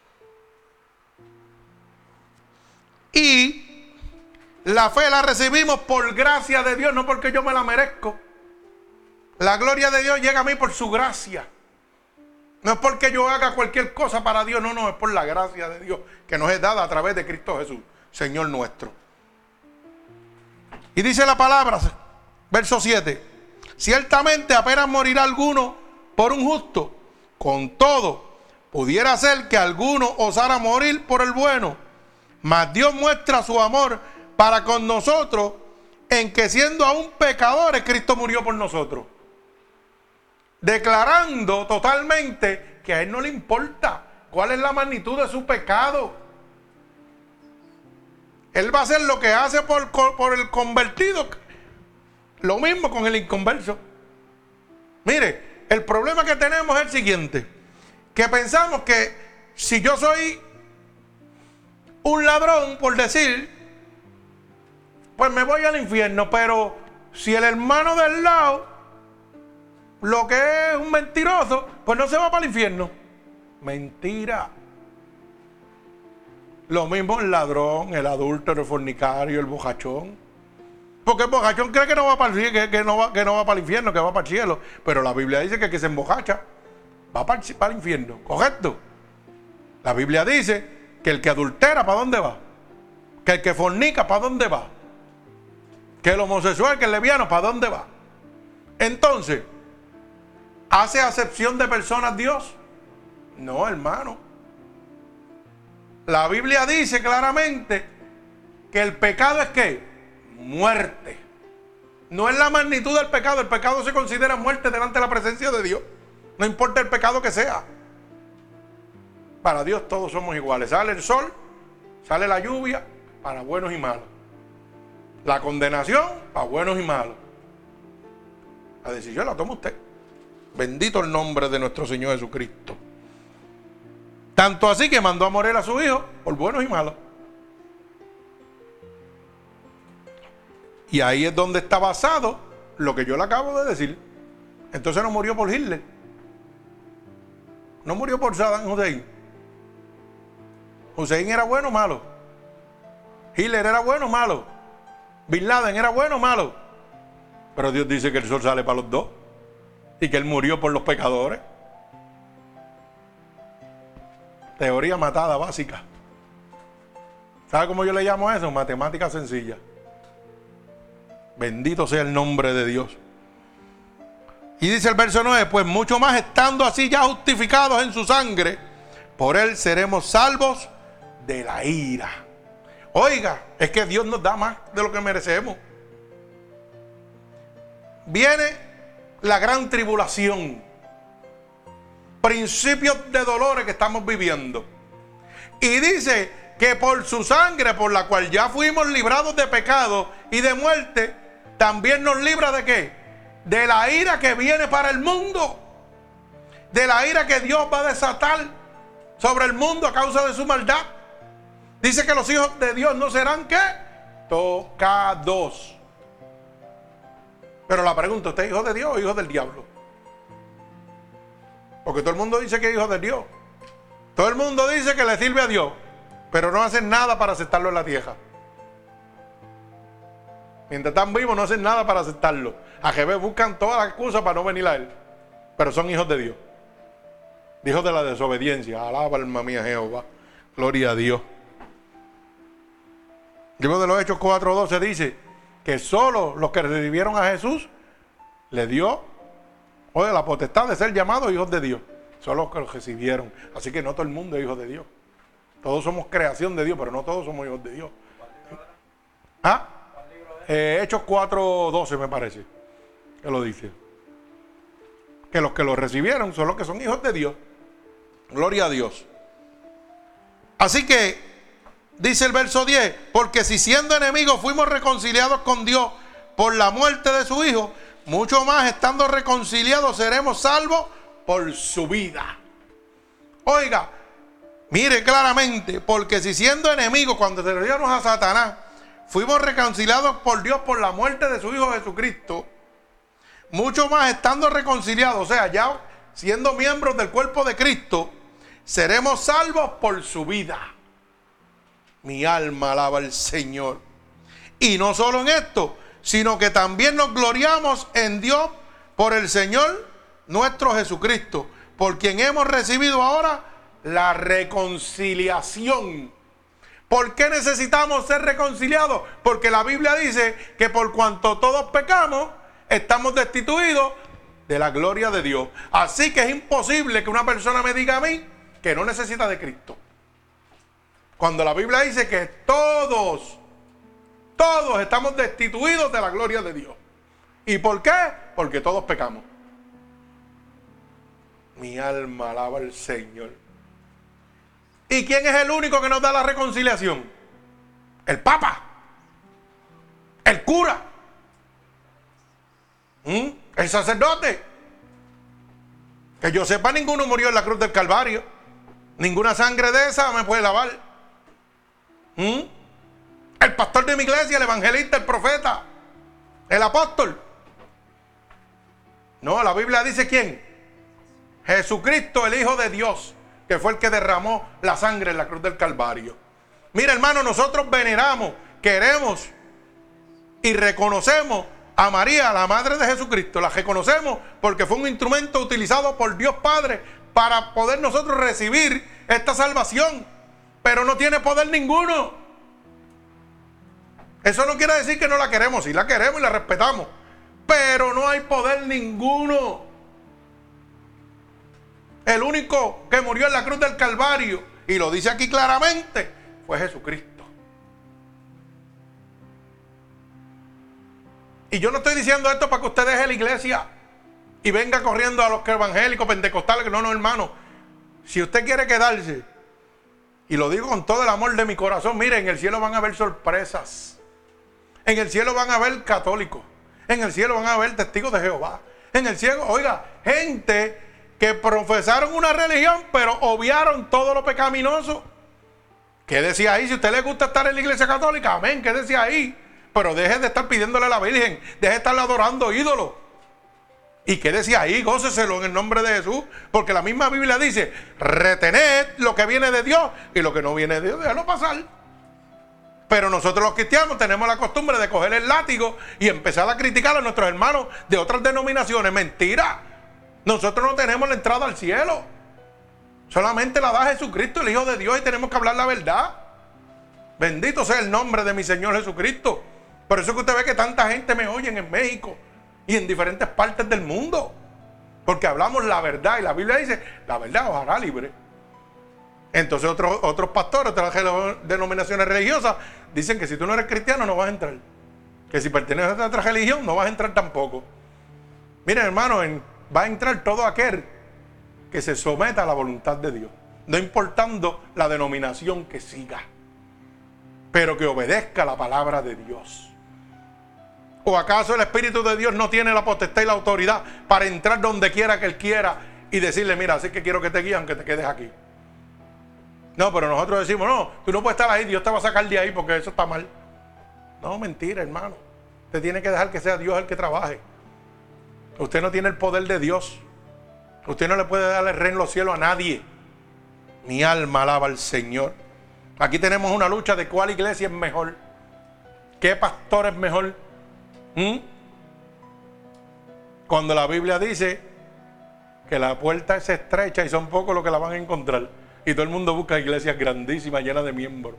[SPEAKER 1] Y la fe la recibimos por gracia de Dios, no porque yo me la merezco. La gloria de Dios llega a mí por su gracia. No es porque yo haga cualquier cosa para Dios, no, no, es por la gracia de Dios que nos es dada a través de Cristo Jesús, Señor nuestro. Y dice la palabra, verso siete, ciertamente apenas morirá alguno por un justo, con todo, pudiera ser que alguno osara morir por el bueno, mas Dios muestra su amor para con nosotros en que siendo aún pecadores, Cristo murió por nosotros. Declarando totalmente que a Él no le importa cuál es la magnitud de su pecado. Él va a hacer lo que hace por, por el convertido, lo mismo con el inconverso. Mire, el problema que tenemos es el siguiente, que pensamos que si yo soy un ladrón, por decir, pues me voy al infierno, pero si el hermano del lado lo que es un mentiroso, pues no se va para el infierno. Mentira. Lo mismo el ladrón, el adúltero, el fornicario, el bojachón. Porque el bojachón cree que no va para el, que, que no va, que no va para el infierno, que va para el cielo. Pero la Biblia dice que el que se embojacha va para el, para el infierno. ¿Correcto? La Biblia dice que el que adultera, ¿para dónde va? Que el que fornica, ¿para dónde va? Que el homosexual, que el lesbiano, ¿para dónde va? Entonces, ¿hace acepción de personas Dios? No, hermano. La Biblia dice claramente que el pecado es ¿qué? Muerte. No es la magnitud del pecado. El pecado se considera muerte delante de la presencia de Dios. No importa el pecado que sea. Para Dios todos somos iguales. Sale el sol, sale la lluvia, para buenos y malos. La condenación, para buenos y malos. La decisión la toma usted. Bendito el nombre de nuestro Señor Jesucristo. Tanto así que mandó a morir a su hijo por buenos y malos. Y ahí es donde está basado lo que yo le acabo de decir. Entonces no murió por Hitler. No murió por Saddam Hussein. Hussein era bueno o malo. Hitler era bueno o malo. Bin Laden era bueno o malo. Pero Dios dice que el sol sale para los dos. Y que él murió por los pecadores. Teoría matada básica. ¿Sabe cómo yo le llamo a eso? Matemática sencilla. Bendito sea el nombre de Dios. Y dice el verso nueve, pues mucho más estando así ya justificados en su sangre, por él seremos salvos de la ira. Oiga, es que Dios nos da más de lo que merecemos. Viene la gran tribulación, principios de dolores que estamos viviendo. Y dice que por su sangre, por la cual ya fuimos librados de pecado y de muerte, también nos libra de ¿qué? De la ira que viene para el mundo. De la ira que Dios va a desatar sobre el mundo a causa de su maldad. Dice que los hijos de Dios no serán ¿qué? Tocados. Pero la pregunta, ¿usted es hijo de Dios o hijo del diablo? Porque todo el mundo dice que es hijo de Dios. Todo el mundo dice que le sirve a Dios, pero no hacen nada para aceptarlo en la tierra. Mientras están vivos no hacen nada para aceptarlo. A Jebé buscan todas las excusas para no venir a él. Pero son hijos de Dios. Hijos de la desobediencia. Alaba alma mía Jehová. Gloria a Dios. El libro de los Hechos cuatro doce dice que solo los que recibieron a Jesús le dio, oye, la potestad de ser llamados hijos de Dios. Solo los que los recibieron. Así que no todo el mundo es hijo de Dios. Todos somos creación de Dios, pero no todos somos hijos de Dios. ¿Ah? Eh, Hechos cuatro doce me parece que lo dice. Que los que lo recibieron son los que son hijos de Dios. Gloria a Dios. Así que dice el verso diez, porque si siendo enemigos fuimos reconciliados con Dios por la muerte de su Hijo, mucho más estando reconciliados seremos salvos por su vida. Oiga, mire claramente, porque si siendo enemigos, cuando se referimos a Satanás, fuimos reconciliados por Dios por la muerte de su Hijo Jesucristo, mucho más estando reconciliados, o sea, ya siendo miembros del cuerpo de Cristo, seremos salvos por su vida. Mi alma alaba al Señor. Y no solo en esto, sino que también nos gloriamos en Dios por el Señor nuestro Jesucristo, por quien hemos recibido ahora la reconciliación. ¿Por qué necesitamos ser reconciliados? Porque la Biblia dice que por cuanto todos pecamos, estamos destituidos de la gloria de Dios. Así que es imposible que una persona me diga a mí que no necesita de Cristo. Cuando la Biblia dice que todos, todos estamos destituidos de la gloria de Dios. ¿Y por qué? Porque todos pecamos. Mi alma alaba al Señor. ¿Y quién es el único que nos da la reconciliación? El Papa. El cura. ¿Mm? El sacerdote. Que yo sepa, ninguno murió en la cruz del Calvario. Ninguna sangre de esa me puede lavar. ¿Mm? El pastor de mi iglesia, el evangelista, el profeta, el apóstol. No, la Biblia dice ¿quién? Jesucristo, el Hijo de Dios, que fue el que derramó la sangre en la cruz del Calvario. Mira, hermano, nosotros veneramos, queremos y reconocemos a María, la madre de Jesucristo. La reconocemos porque fue un instrumento utilizado por Dios Padre para poder nosotros recibir esta salvación, pero no tiene poder ninguno. Eso no quiere decir que no la queremos, sí la queremos y la respetamos, pero no hay poder ninguno. El único que murió en la cruz del Calvario, y lo dice aquí claramente, fue Jesucristo. Y yo no estoy diciendo esto para que usted deje la iglesia y venga corriendo a los evangélicos, pentecostales. No, no, hermano. Si usted quiere quedarse, y lo digo con todo el amor de mi corazón, mire, en el cielo van a haber sorpresas. En el cielo van a haber católicos. En el cielo van a haber testigos de Jehová. En el cielo, oiga, gente que profesaron una religión, pero obviaron todo lo pecaminoso. Quédese ahí. Si a usted le gusta estar en la iglesia católica, amén, quédese ahí. Pero deje de estar pidiéndole a la Virgen, deje de estarle adorando ídolos. Y quédese ahí, góceselo en el nombre de Jesús. Porque la misma Biblia dice, retened lo que viene de Dios y lo que no viene de Dios, déjalo pasar. Pero nosotros los cristianos tenemos la costumbre de coger el látigo y empezar a criticar a nuestros hermanos de otras denominaciones. Mentira. Nosotros no tenemos la entrada al cielo. Solamente la da Jesucristo, el Hijo de Dios, y tenemos que hablar la verdad. Bendito sea el nombre de mi Señor Jesucristo. Por eso es que usted ve que tanta gente me oye en México y en diferentes partes del mundo. Porque hablamos la verdad y la Biblia dice, la verdad os hará libre. Entonces otros, otros pastores de las denominaciones religiosas dicen que si tú no eres cristiano no vas a entrar. Que si perteneces a otra religión no vas a entrar tampoco. Miren, hermano, en, va a entrar todo aquel que se someta a la voluntad de Dios. No importando la denominación que siga, pero que obedezca la palabra de Dios. ¿O acaso el Espíritu de Dios no tiene la potestad y la autoridad para entrar donde quiera que Él quiera y decirle, mira, así que quiero que te guíe aunque te quedes aquí? No, pero nosotros decimos, no, tú no puedes estar ahí, Dios te va a sacar de ahí porque eso está mal. No, mentira, hermano. Usted tiene que dejar que sea Dios el que trabaje. Usted no tiene el poder de Dios. Usted no le puede dar el reino en los cielos a nadie. Mi alma alaba al Señor. Aquí tenemos una lucha de cuál iglesia es mejor. ¿Qué pastor es mejor? ¿Mm? Cuando la Biblia dice que la puerta es estrecha y son pocos los que la van a encontrar. Y todo el mundo busca iglesias grandísimas, llenas de miembros.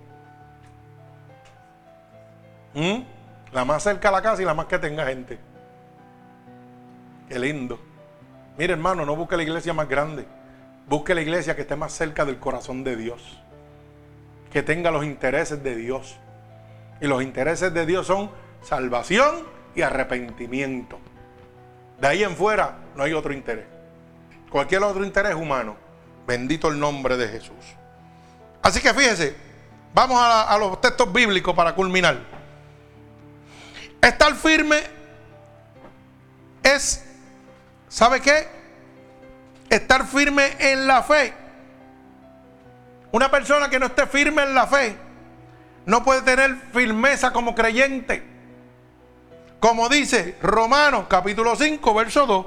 [SPEAKER 1] ¿Mm? La más cerca a la casa y la más que tenga gente. Qué lindo. Mire, hermano, no busque la iglesia más grande. Busque la iglesia que esté más cerca del corazón de Dios. Que tenga los intereses de Dios. Y los intereses de Dios son salvación y arrepentimiento. De ahí en fuera no hay otro interés. Cualquier otro interés humano. Bendito el nombre de Jesús. Así que fíjese, vamos a, la, a los textos bíblicos para culminar. Estar firme es, ¿sabe qué? Estar firme en la fe. Una persona que no esté firme en la fe no puede tener firmeza como creyente. Como dice Romanos capítulo cinco, verso dos.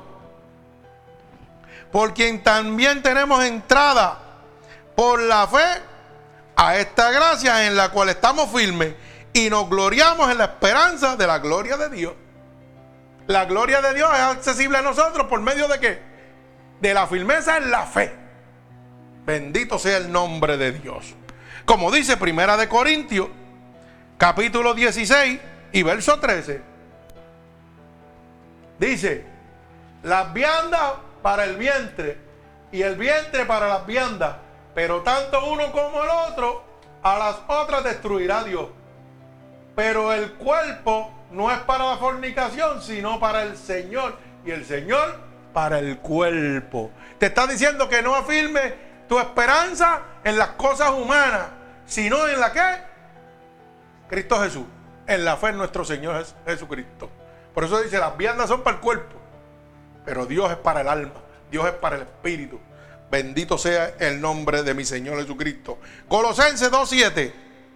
[SPEAKER 1] Por quien también tenemos entrada por la fe a esta gracia en la cual estamos firmes y nos gloriamos en la esperanza de la gloria de Dios. La gloria de Dios es accesible a nosotros por medio de ¿qué? De la firmeza en la fe. Bendito sea el nombre de Dios. Como dice Primera de Corintios, capítulo dieciséis y verso trece. Dice, las viandas para el vientre y el vientre para las viandas, pero tanto uno como el otro a las otras destruirá Dios. Pero el cuerpo no es para la fornicación, sino para el Señor, y el Señor para el cuerpo. Te está diciendo que no afirme tu esperanza en las cosas humanas, sino en la que Cristo Jesús, en la fe en nuestro Señor Jesucristo. Por eso dice, las viandas son para el cuerpo, pero Dios es para el alma, Dios es para el espíritu. Bendito sea el nombre de mi Señor Jesucristo. Colosenses dos siete.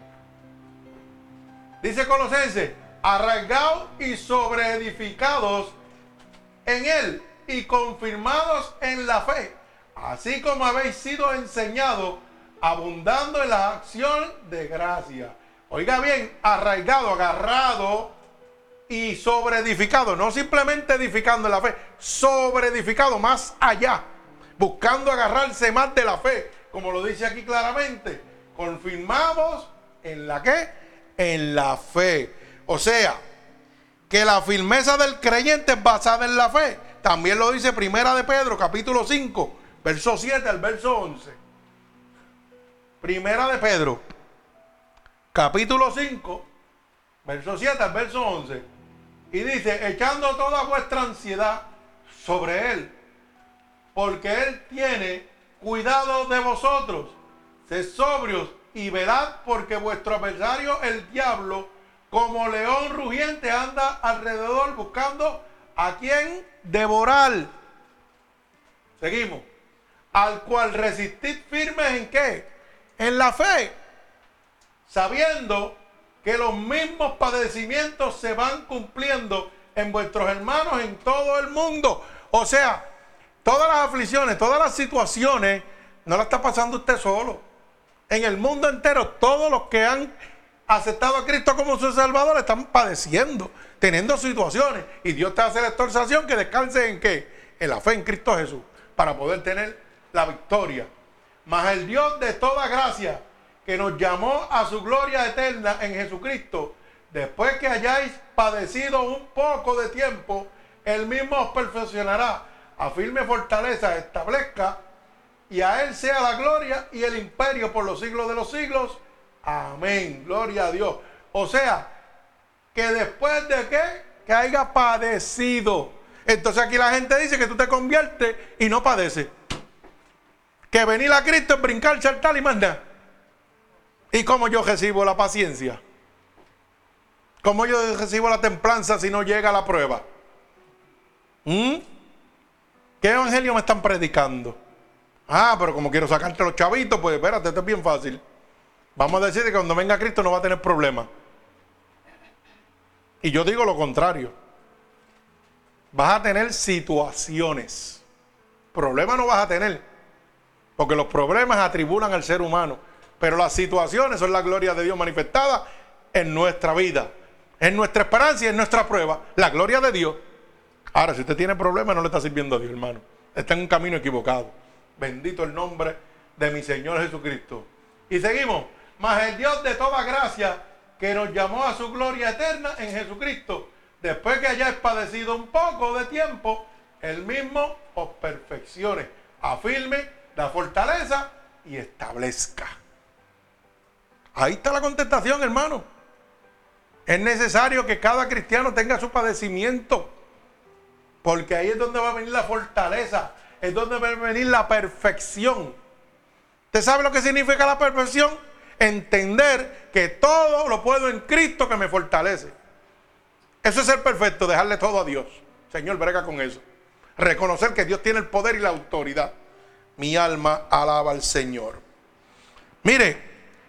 [SPEAKER 1] Dice Colosenses, arraigados y sobreedificados en Él y confirmados en la fe, así como habéis sido enseñados, abundando en la acción de gracia. Oiga bien, arraigado, agarrado y sobreedificado, no simplemente edificando en la fe, sobreedificado, más allá, buscando agarrarse más de la fe, como lo dice aquí claramente, confirmados en la ¿qué? En la fe. O sea, que la firmeza del creyente es basada en la fe. También lo dice Primera de Pedro, capítulo cinco, verso siete al verso once. Primera de Pedro, capítulo cinco, verso siete al verso once. Y dice, echando toda vuestra ansiedad sobre Él, porque Él tiene cuidado de vosotros. Sed sobrios y velad, porque vuestro adversario, el diablo, como león rugiente, anda alrededor buscando a quien devorar. Seguimos. Al cual resistid firmes en qué? En la fe, sabiendo que los mismos padecimientos se van cumpliendo en vuestros hermanos en todo el mundo. O sea, todas las aflicciones, todas las situaciones, no las está pasando usted solo. En el mundo entero, todos los que han aceptado a Cristo como su Salvador están padeciendo, teniendo situaciones. Y Dios te hace la exhortación que descanse en qué? En la fe en Cristo Jesús, para poder tener la victoria. Mas el Dios de toda gracia, que nos llamó a su gloria eterna en Jesucristo, después que hayáis padecido un poco de tiempo, Él mismo os perfeccionará, afirme fortaleza, establezca, y a Él sea la gloria y el imperio por los siglos de los siglos. Amén. Gloria a Dios. O sea, que después de que, que haya padecido. Entonces aquí la gente dice que tú te conviertes y no padeces. Que venir a Cristo es brincar, saltar y más nada. ¿Y cómo yo recibo la paciencia? ¿Cómo yo recibo la templanza si no llega la prueba? ¿Mm? ¿Qué evangelio me están predicando? Ah, pero como quiero sacarte los chavitos, pues espérate, esto es bien fácil. Vamos a decir que cuando venga Cristo no va a tener problemas. Y yo digo lo contrario. Vas a tener situaciones. Problemas no vas a tener. Porque los problemas atribulan al ser humano. Pero las situaciones son la gloria de Dios manifestada en nuestra vida. En nuestra esperanza y en nuestra prueba. La gloria de Dios. Ahora, si usted tiene problemas, no le está sirviendo a Dios, hermano. Está en un camino equivocado. Bendito el nombre de mi Señor Jesucristo. Y seguimos. Mas el Dios de toda gracia, que nos llamó a su gloria eterna en Jesucristo, después que hayáis padecido un poco de tiempo, Él mismo os perfeccione, afirme, da fortaleza y establezca. Ahí está la contestación, hermano. Es necesario que cada cristiano tenga su padecimiento, porque ahí es donde va a venir la fortaleza, es donde va a venir la perfección. ¿Usted sabe lo que significa la perfección? Entender que todo lo puedo en Cristo que me fortalece. Eso es ser perfecto, dejarle todo a Dios. Señor, brega con eso. Reconocer que Dios tiene el poder y la autoridad. Mi alma alaba al Señor. Mire,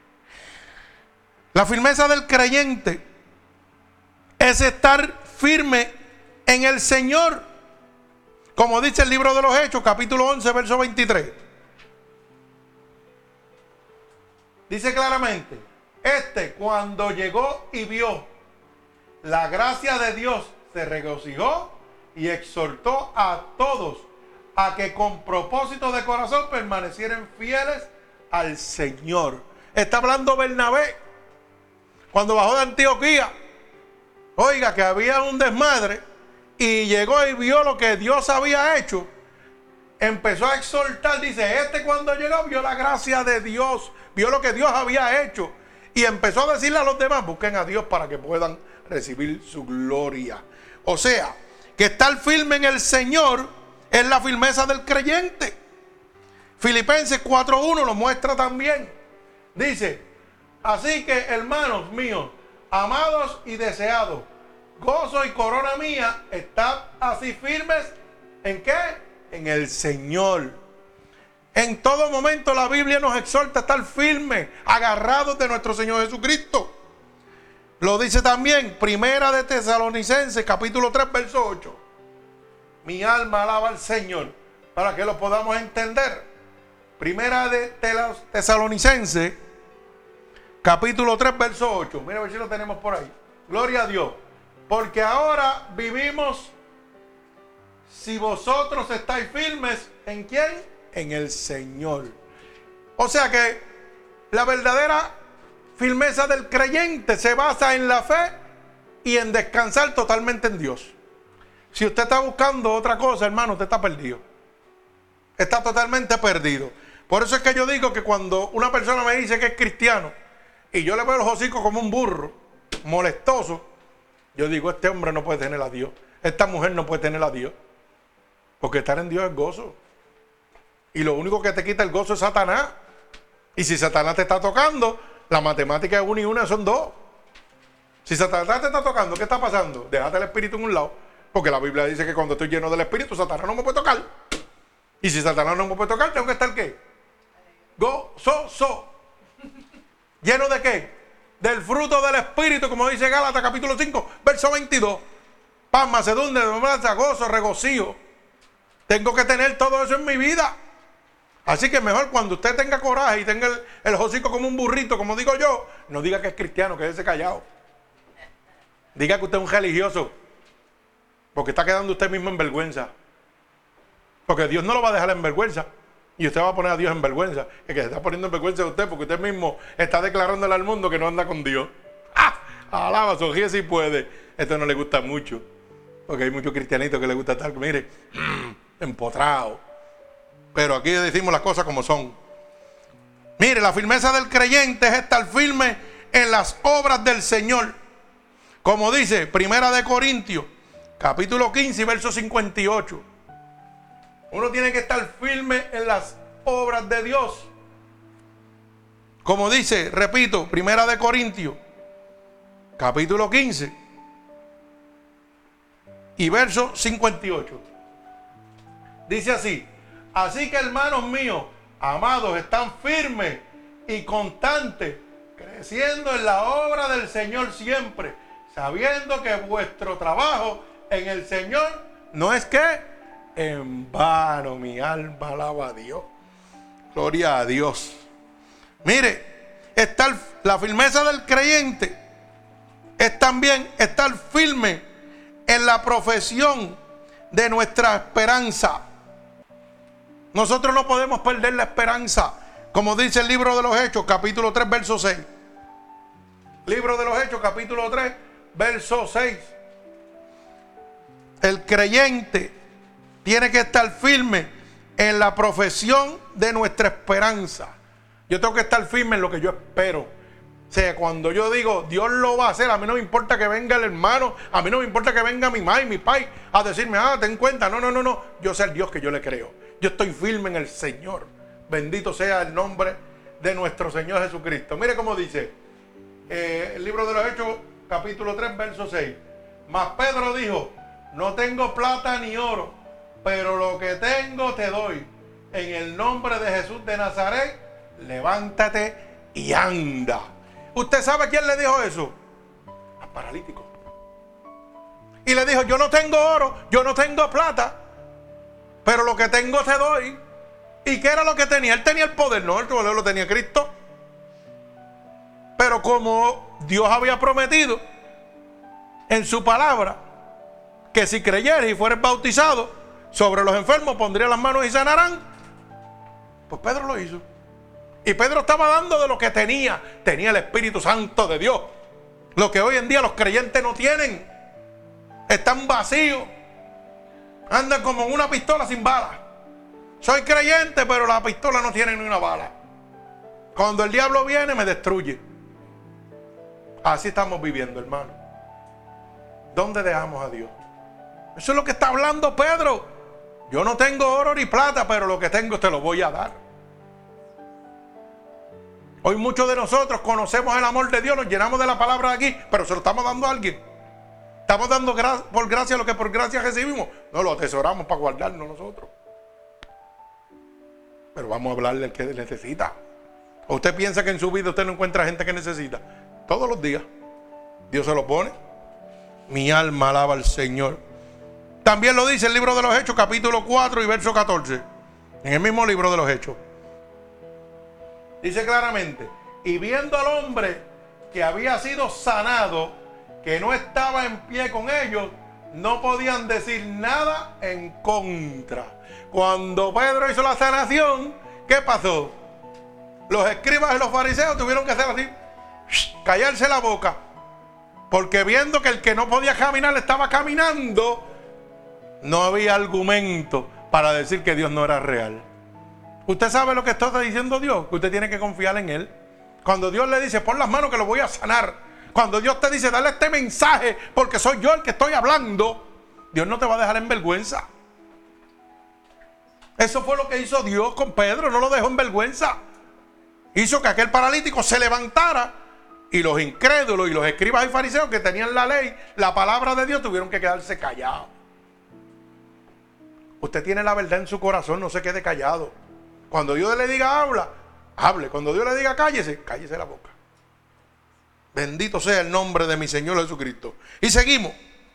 [SPEAKER 1] la firmeza del creyente es estar firme en el Señor. Como dice el libro de los Hechos, capítulo once, verso veintitrés. Dice claramente, este cuando llegó y vio la gracia de Dios, se regocijó y exhortó a todos a que con propósito de corazón permanecieran fieles al Señor. Está hablando Bernabé. Cuando bajó de Antioquía, oiga que había un desmadre y llegó y vio lo que Dios había hecho. Empezó a exhortar, dice, este cuando llegó vio la gracia de Dios, vio lo que Dios había hecho y empezó a decirle a los demás, busquen a Dios para que puedan recibir su gloria. O sea, que estar firme en el Señor es la firmeza del creyente. Filipenses cuatro uno lo muestra también. Dice, así que hermanos míos, amados y deseados, gozo y corona mía, estad así firmes, ¿en qué? En el Señor. En todo momento la Biblia nos exhorta a estar firmes, agarrados de nuestro Señor Jesucristo. Lo dice también Primera de Tesalonicenses, capítulo tres, verso ocho. Mi alma alaba al Señor, para que lo podamos entender. Primera de Tesalonicenses, capítulo tres, verso ocho. Mira a ver si lo tenemos por ahí. Gloria a Dios. Porque ahora vivimos, si vosotros estáis firmes, ¿en quién? En el Señor. O sea que la verdadera firmeza del creyente se basa en la fe y en descansar totalmente en Dios. Si usted está buscando otra cosa, hermano, usted está perdido. Está totalmente perdido. Por eso es que yo digo que cuando una persona me dice que es cristiano y yo le veo los hocicos como un burro molestoso, Yo digo, este hombre no puede tener a Dios. Esta mujer no puede tener a Dios. Porque estar en Dios es gozo. Y lo único que te quita el gozo es Satanás. Y si Satanás te está tocando, la matemática es una y una son dos. Si Satanás te está tocando, ¿qué está pasando? Déjate el espíritu en un lado. Porque la Biblia dice que cuando estoy lleno del espíritu, Satanás no me puede tocar. Y si Satanás no me puede tocar, tengo que estar ¿qué? Gozoso. ¿Lleno de qué? Del fruto del espíritu, como dice Gálatas capítulo cinco, verso veintidós. Paz, mansedumbre, templanza, gozo, regocijo. Tengo que tener todo eso en mi vida. Así que mejor cuando usted tenga coraje y tenga el, el hocico como un burrito, como digo yo, no diga que es cristiano, quédese callado. Diga que usted es un religioso. Porque está quedando usted mismo en vergüenza. Porque Dios no lo va a dejar en vergüenza. Y usted va a poner a Dios en vergüenza. Es que se está poniendo en vergüenza de usted porque usted mismo está declarándole al mundo que no anda con Dios. ¡Ah! Alaba, sonríe si puede. Esto no le gusta mucho. Porque hay muchos cristianitos que les gusta estar, mire, empotrado. Pero aquí decimos las cosas como son. Mire, la firmeza del creyente es estar firme en las obras del Señor. Como dice Primera de Corintios, capítulo quince, verso cincuenta y ocho. Uno tiene que estar firme en las obras de Dios. Como dice, repito, Primera de Corintios, capítulo quince y verso cincuenta y ocho. Dice así: así que, hermanos míos, amados, están firmes y constantes, creciendo en la obra del Señor siempre, sabiendo que vuestro trabajo en el Señor no es que en vano. Mi alma alaba a Dios. Gloria a Dios. Mire, estar, la firmeza del creyente es también estar firme en la profesión de nuestra esperanza. Nosotros no podemos perder la esperanza. Como dice el libro de los Hechos, capítulo tres, verso seis. Libro de los Hechos, capítulo tres, verso seis. El creyente tiene que estar firme en la profesión de nuestra esperanza. Yo tengo que estar firme en lo que yo espero. O sea, cuando yo digo, Dios lo va a hacer, a mí no me importa que venga el hermano, a mí no me importa que venga mi mamá y mi pai a decirme, ah, ten cuenta. No, no, no, no. Yo sé el Dios que yo le creo. Yo estoy firme en el Señor. Bendito sea el nombre de nuestro Señor Jesucristo. Mire cómo dice eh, el libro de los Hechos, capítulo tres, verso seis. Mas Pedro dijo, no tengo plata ni oro, pero lo que tengo te doy. En el nombre de Jesús de Nazaret, levántate y anda. ¿Usted sabe quién le dijo eso? Al paralítico. Y le dijo, yo no tengo oro, yo no tengo plata, pero lo que tengo te doy. ¿Y qué era lo que tenía? Él tenía el poder, no, el poder lo tenía Cristo. Pero como Dios había prometido en su palabra que si creyeres y fueres bautizado, sobre los enfermos pondría las manos y sanarán, pues Pedro lo hizo. Y Pedro estaba dando de lo que tenía. Tenía el Espíritu Santo de Dios. Lo que hoy en día los creyentes no tienen. Están vacíos. Andan como una pistola sin bala. Soy creyente, pero la pistola no tiene ni una bala. Cuando el diablo viene, me destruye. Así estamos viviendo, hermano. ¿Dónde dejamos a Dios? Eso es lo que está hablando Pedro. Yo no tengo oro ni plata, pero lo que tengo te lo voy a dar. Hoy muchos de nosotros conocemos el amor de Dios, nos llenamos de la palabra de aquí, pero se lo estamos dando a alguien. Estamos dando gra- por gracia lo que por gracia recibimos. No lo atesoramos para guardarnos nosotros. Pero vamos a hablarle al que necesita. ¿O usted piensa que en su vida usted no encuentra gente que necesita? Todos los días Dios se lo pone. Mi alma alaba al Señor. También lo dice el libro de los Hechos, capítulo cuatro y verso catorce. En el mismo libro de los Hechos. Dice claramente, y viendo al hombre que había sido sanado, que no estaba en pie con ellos, no podían decir nada en contra. Cuando Pedro hizo la sanación, ¿qué pasó? Los escribas y los fariseos tuvieron que hacer así, callarse la boca, porque viendo que el que no podía caminar estaba caminando, no había argumento para decir que Dios no era real. ¿Usted sabe lo que está diciendo Dios? Que usted tiene que confiar en Él. Cuando Dios le dice, pon las manos que lo voy a sanar, Cuando Dios te dice, dale este mensaje porque soy yo el que estoy hablando, Dios no te va a dejar en vergüenza. Eso fue lo que hizo Dios con Pedro, no lo dejó en vergüenza. Hizo que aquel paralítico se levantara y los incrédulos y los escribas y fariseos que tenían la ley, la palabra de Dios, tuvieron que quedarse callados. Usted tiene la verdad en su corazón, no se quede callado. Cuando Dios le diga habla, hable. Cuando Dios le diga cállese, cállese la boca. Bendito sea el nombre de mi Señor Jesucristo. Y seguimos.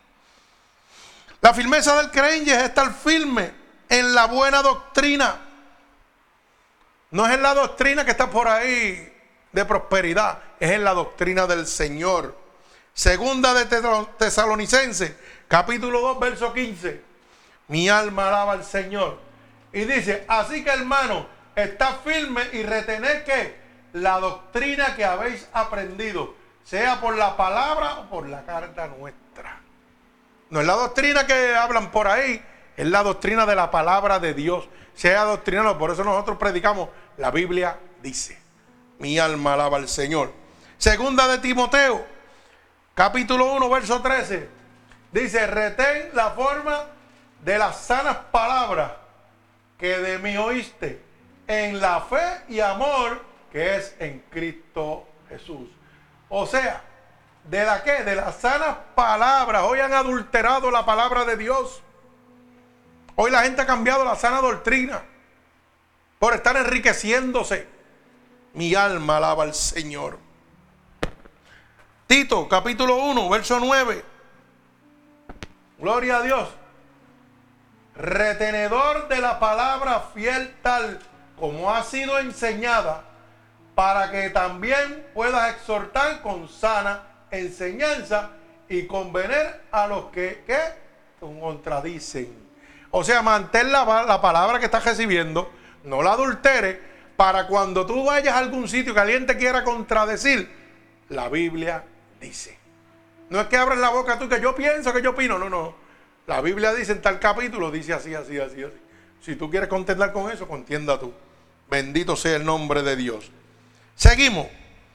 [SPEAKER 1] La firmeza del creyente es estar firme en la buena doctrina. No es en la doctrina que está por ahí de prosperidad, es en la doctrina del Señor. Segunda de Tesalonicenses, capítulo dos, verso quince. Mi alma alaba al Señor. Y dice, así que hermano, está firme y retener que la doctrina que habéis aprendido, sea por la palabra o por la carta nuestra. No es la doctrina que hablan por ahí, es la doctrina de la palabra de Dios. Sea doctrinado, por eso nosotros predicamos, la Biblia dice. Mi alma alaba al Señor. Segunda de Timoteo, capítulo uno, verso trece. Dice, retén la forma de las sanas palabras que de mí oíste, en la fe y amor que es en Cristo Jesús. O sea, ¿de la qué? De las sanas palabras. Hoy han adulterado la palabra de Dios. Hoy la gente ha cambiado la sana doctrina por estar enriqueciéndose. Mi alma alaba al Señor. Tito, capítulo uno, verso nueve. Gloria a Dios. Retenedor de la palabra fiel tal como ha sido enseñada, para que también puedas exhortar con sana enseñanza y convenir a los que, que contradicen. O sea, mantén la, la palabra que estás recibiendo, no la adulteres, para cuando tú vayas a algún sitio que alguien te quiera contradecir, la Biblia dice. No es que abres la boca tú que yo pienso, que yo opino, no, no. La Biblia dice en tal capítulo, dice así, así, así, así. Si tú quieres contendar con eso, contienda tú. Bendito sea el nombre de Dios. Seguimos.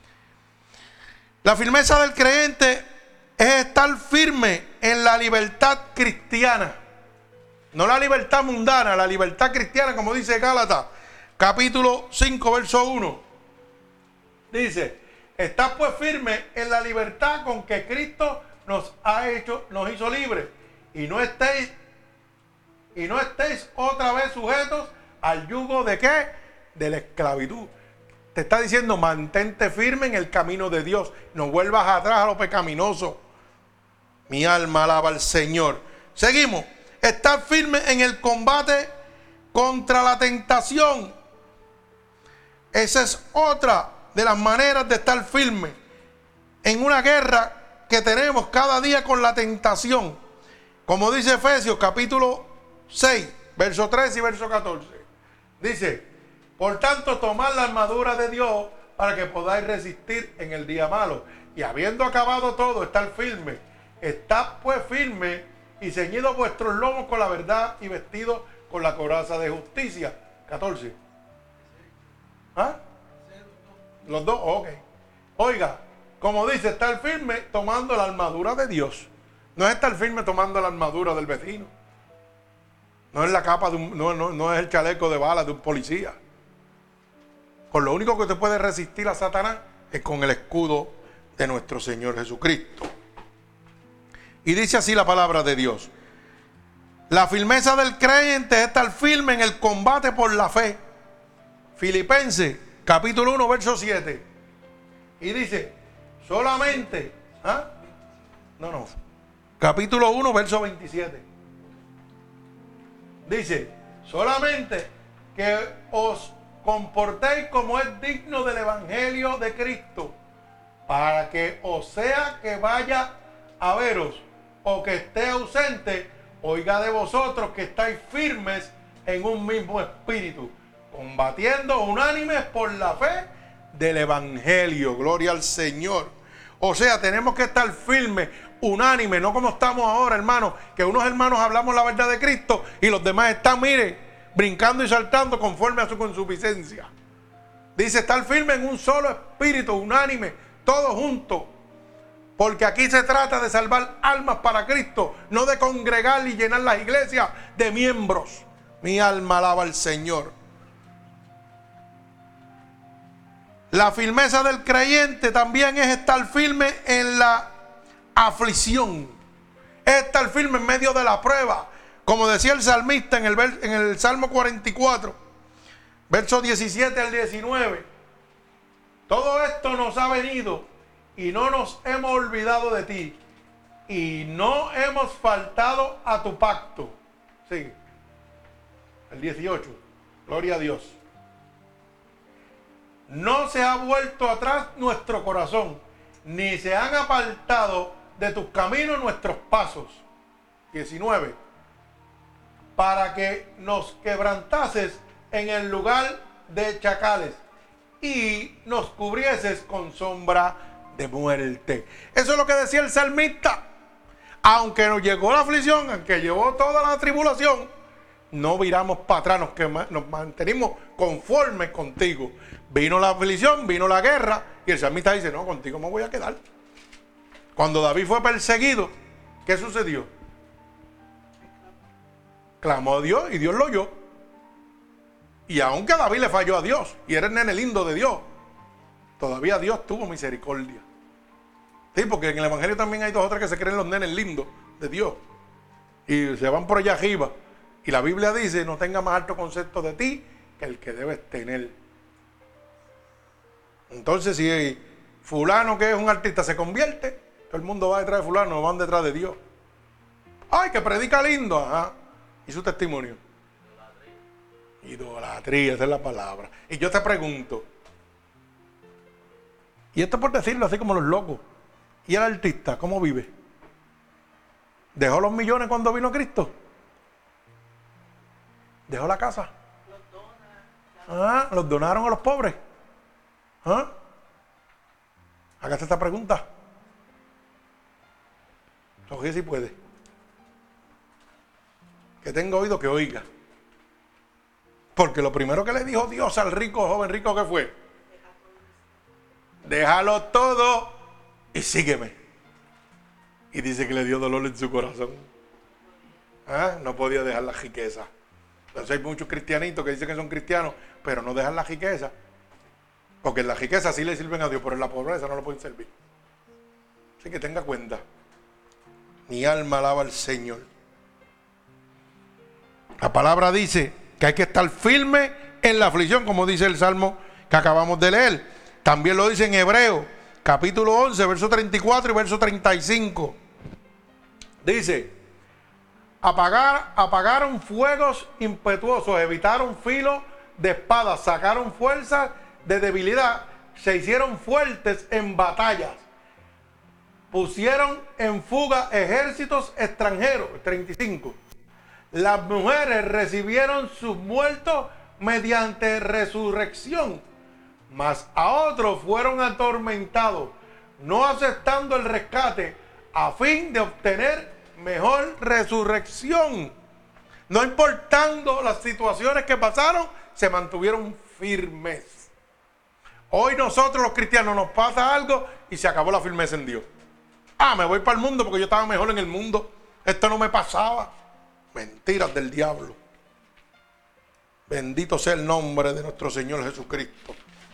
[SPEAKER 1] La firmeza del creyente es estar firme en la libertad cristiana. No la libertad mundana, la libertad cristiana, como dice Gálatas, capítulo cinco, verso uno. Dice, estás pues firme en la libertad con que Cristo nos ha hecho, nos hizo libres. Y no estéis, y no estéis otra vez sujetos al yugo de ¿qué? De la esclavitud. Te está diciendo, mantente firme en el camino de Dios. No vuelvas atrás a lo pecaminoso. Mi alma alaba al Señor. Seguimos. Estar firme en el combate contra la tentación. Esa es otra de las maneras de estar firme en una guerra que tenemos cada día con la tentación. Como dice Efesios capítulo seis, verso trece y verso catorce. Dice, por tanto, tomad la armadura de Dios para que podáis resistir en el día malo. Y habiendo acabado todo, estar firme. Estad pues firme y ceñidos vuestros lomos con la verdad y vestidos con la coraza de justicia. catorce. ¿Ah? Los dos, ok. Oiga, como dice, estar firme tomando la armadura de Dios. No es estar firme tomando la armadura del vecino. No es la capa de un, no, no, no es el chaleco de balas de un policía. Con lo único que te puede resistir a Satanás es con el escudo de nuestro Señor Jesucristo. Y dice así la palabra de Dios. La firmeza del creyente es estar firme en el combate por la fe. Filipenses, capítulo uno, verso siete. Y dice, solamente, ¿ah? No, no. Capítulo uno, verso veintisiete. Dice, solamente que os comportéis como es digno del evangelio de Cristo, para que o sea que vaya a veros o que esté ausente, oiga de vosotros que estáis firmes en un mismo espíritu, combatiendo unánimes por la fe del evangelio. Gloria al Señor. O sea, tenemos que estar firmes, unánimes, no como estamos ahora, hermanos, que unos hermanos hablamos la verdad de Cristo y los demás están, mire, brincando y saltando conforme a su consuficiencia. Dice estar firme en un solo espíritu, unánime, todos juntos. Porque aquí se trata de salvar almas para Cristo, no de congregar y llenar las iglesias de miembros. Mi alma alaba al Señor. La firmeza del creyente también es estar firme en la aflicción. Es estar firme en medio de la prueba. Como decía el salmista en el, en el Salmo cuarenta y cuatro, versos diecisiete al diecinueve. Todo esto nos ha venido y no nos hemos olvidado de ti. Y no hemos faltado a tu pacto. Sí. El dieciocho. Gloria a Dios. No se ha vuelto atrás nuestro corazón, ni se han apartado de tus caminos nuestros pasos. diecinueve. Para que nos quebrantases en el lugar de chacales y nos cubrieses con sombra de muerte. Eso es lo que decía el salmista. Aunque nos llegó la aflicción, aunque llevó toda la tribulación, no viramos para atrás, nos, que, nos mantenimos conformes contigo. Vino la aflicción, vino la guerra, y el salmista dice, no, contigo me voy a quedar. Cuando David fue perseguido, ¿qué sucedió? Clamó a Dios y Dios lo oyó. Y aunque David le falló a Dios, y era el nene lindo de Dios, todavía Dios tuvo misericordia. Sí, porque en el Evangelio también hay dos o tres que se creen los nenes lindos de Dios. Y se van por allá arriba. Y la Biblia dice, no tenga más alto concepto de ti que el que debes tener. Entonces, si fulano que es un artista se convierte, todo el mundo va detrás de fulano, no van detrás de Dios. Ay, que predica lindo, ajá. ¿Y su testimonio? Idolatría. Idolatría, esa es la palabra. Y yo te pregunto, y esto por decirlo así como los locos, ¿y el artista cómo vive? ¿Dejó los millones cuando vino Cristo? ¿Dejó la casa? Los dona. Ah, ¿los donaron a los pobres? ¿Ah? Hágase esta pregunta. Oye, si puede. Que tenga oído que oiga. Porque lo primero que le dijo Dios al rico, joven rico, ¿qué fue? Déjalo todo y sígueme. Y dice que le dio dolor en su corazón. ¿Ah? No podía dejar la riqueza. Entonces hay muchos cristianitos que dicen que son cristianos, pero no dejan la riqueza. Porque en la riqueza sí le sirven a Dios, pero en la pobreza no lo pueden servir. Así que tenga cuenta. Mi alma alaba al Señor. La palabra dice que hay que estar firme en la aflicción, como dice el Salmo que acabamos de leer. También lo dice en Hebreos, capítulo once, verso treinta y cuatro y verso treinta y cinco. Dice, apagar, apagaron fuegos impetuosos, evitaron filo de espadas, sacaron fuerzas de debilidad, se hicieron fuertes en batallas, pusieron en fuga ejércitos extranjeros. treinta y cinco. Las mujeres recibieron sus muertos mediante resurrección, mas a otros fueron atormentados, no aceptando el rescate, a fin de obtener mejor resurrección. No importando las situaciones que pasaron, se mantuvieron firmes. Hoy nosotros los cristianos nos pasa algo y se acabó la firmeza en Dios. Ah, me voy para el mundo porque yo estaba mejor en el mundo. Esto no me pasaba. Mentiras del diablo. Bendito sea el nombre de nuestro Señor Jesucristo.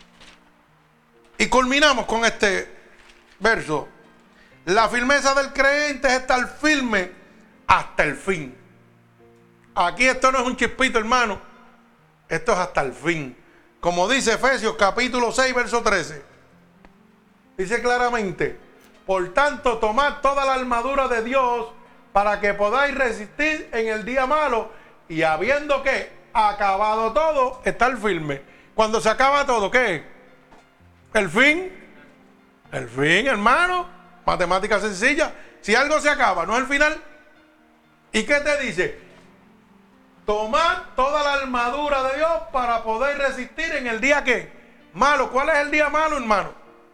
[SPEAKER 1] Y culminamos con este verso. La firmeza del creyente es estar firme hasta el fin. Aquí esto no es un chispito, hermano. Esto es hasta el fin. Como dice Efesios capítulo seis, verso trece. Dice claramente, por tanto, tomad toda la armadura de Dios para que podáis resistir en el día malo y habiendo que acabado todo, estar firme. Cuando se acaba todo, ¿qué? El fin. El fin, hermano. Matemática sencilla. Si algo se acaba, no es el final. ¿Y qué te dice? Tomad toda la armadura de Dios para poder resistir en el día ¿qué? Malo. ¿Cuál es el día malo, hermano?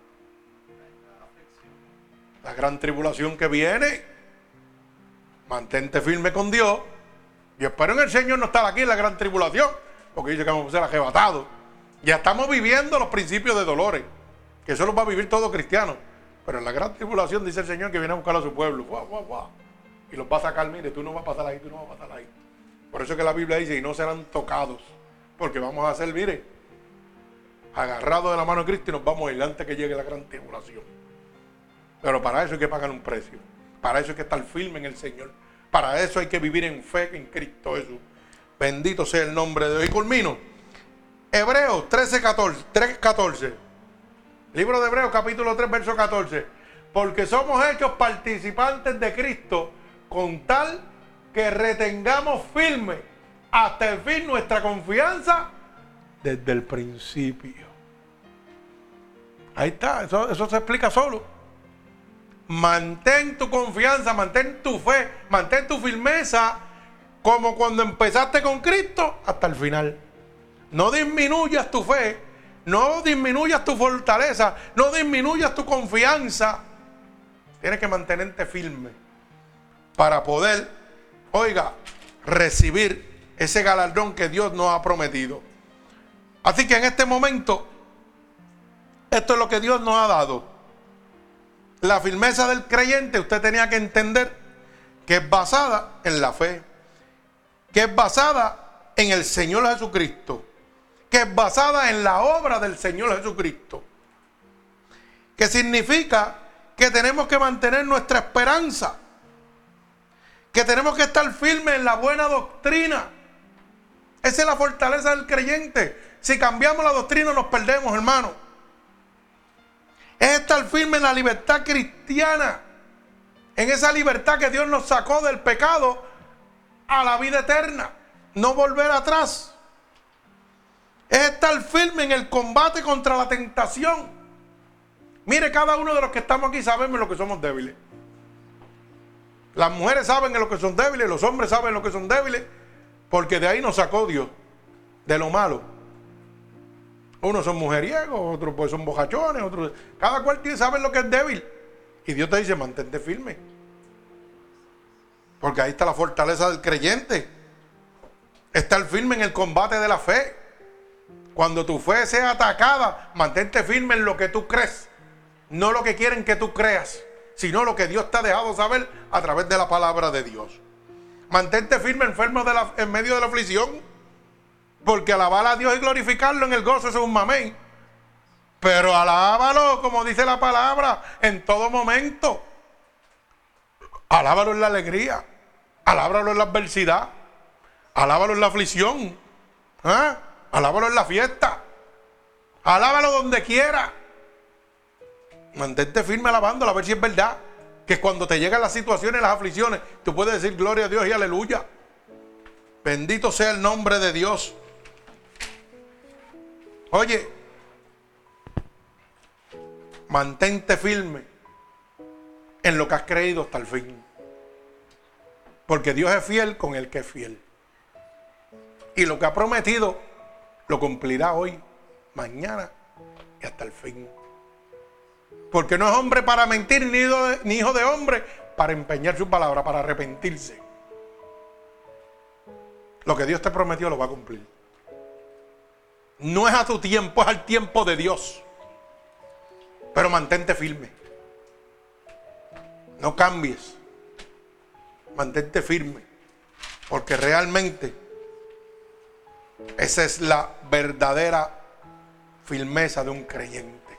[SPEAKER 1] La gran tribulación que viene. Mantente firme con Dios. Y espero en el Señor no estar aquí en la gran tribulación, porque dice que vamos a ser arrebatados. Ya estamos viviendo los principios de dolores, que eso los va a vivir todo cristiano. Pero en la gran tribulación dice el Señor que viene a buscar a su pueblo. Guau, guau, guau. Y los va a sacar, mire, tú no vas a pasar ahí, tú no vas a pasar ahí. Por eso es que la Biblia dice, y no serán tocados. Porque vamos a ser, mire, agarrados de la mano de Cristo y nos vamos a ir antes que llegue la gran tribulación. Pero para eso hay que pagar un precio. Para eso hay que estar firme en el Señor. Para eso hay que vivir en fe en Cristo Jesús. Bendito sea el nombre de Dios. Y culmino. Hebreos trece, catorce, tres, catorce. Libro de Hebreos capítulo tres, verso catorce. Porque somos hechos participantes de Cristo con tal que retengamos firme hasta el fin nuestra confianza desde el principio. Ahí está, eso, eso se explica solo. Mantén tu confianza, mantén tu fe, mantén tu firmeza como cuando empezaste con Cristo hasta el final. No disminuyas tu fe, no disminuyas tu fortaleza, no disminuyas tu confianza. Tienes que mantenerte firme para poder, oiga, recibir ese galardón que Dios nos ha prometido. Así que en este momento, esto es lo que Dios nos ha dado. La firmeza del creyente, usted tenía que entender que es basada en la fe, que es basada en el Señor Jesucristo, que es basada en la obra del Señor Jesucristo, que significa que tenemos que mantener nuestra esperanza, que tenemos que estar firmes en la buena doctrina. Esa es la fortaleza del creyente. Si cambiamos la doctrina nos perdemos, hermano. Es estar firme en la libertad cristiana, en esa libertad que Dios nos sacó del pecado a la vida eterna, no volver atrás. Es estar firme en el combate contra la tentación. Mire, cada uno de los que estamos aquí sabemos lo que somos débiles. Las mujeres saben en lo que son débiles, los hombres saben lo que son débiles, porque de ahí nos sacó Dios, de lo malo. Unos son mujeriegos, otros pues son bojachones, otros... Cada cual tiene, sabe lo que es débil. Y Dios te dice, mantente firme. Porque ahí está la fortaleza del creyente. Estar firme en el combate de la fe. Cuando tu fe sea atacada, mantente firme en lo que tú crees. No lo que quieren que tú creas, sino lo que Dios te ha dejado saber a través de la palabra de Dios. Mantente firme enfermo de la, en medio de la aflicción. Porque alabar a Dios y glorificarlo en el gozo es un mamey. Pero alábalo, como dice la palabra, en todo momento. Alábalo en la alegría. Alábalo en la adversidad. Alábalo en la aflicción. ¿Ah? Alábalo en la fiesta. Alábalo donde quiera. Mantente firme alabándolo, a ver si es verdad. Que cuando te llegan las situaciones, las aflicciones, tú puedes decir gloria a Dios y aleluya. Bendito sea el nombre de Dios. Oye, mantente firme en lo que has creído hasta el fin. Porque Dios es fiel con el que es fiel. Y lo que ha prometido lo cumplirá hoy, mañana y hasta el fin. Porque no es hombre para mentir, ni hijo de, ni hijo de hombre para empeñar su palabra, para arrepentirse. Lo que Dios te prometió lo va a cumplir. No es a tu tiempo, es al tiempo de Dios. Pero mantente firme. No cambies. Mantente firme. Porque realmente esa es la verdadera firmeza de un creyente.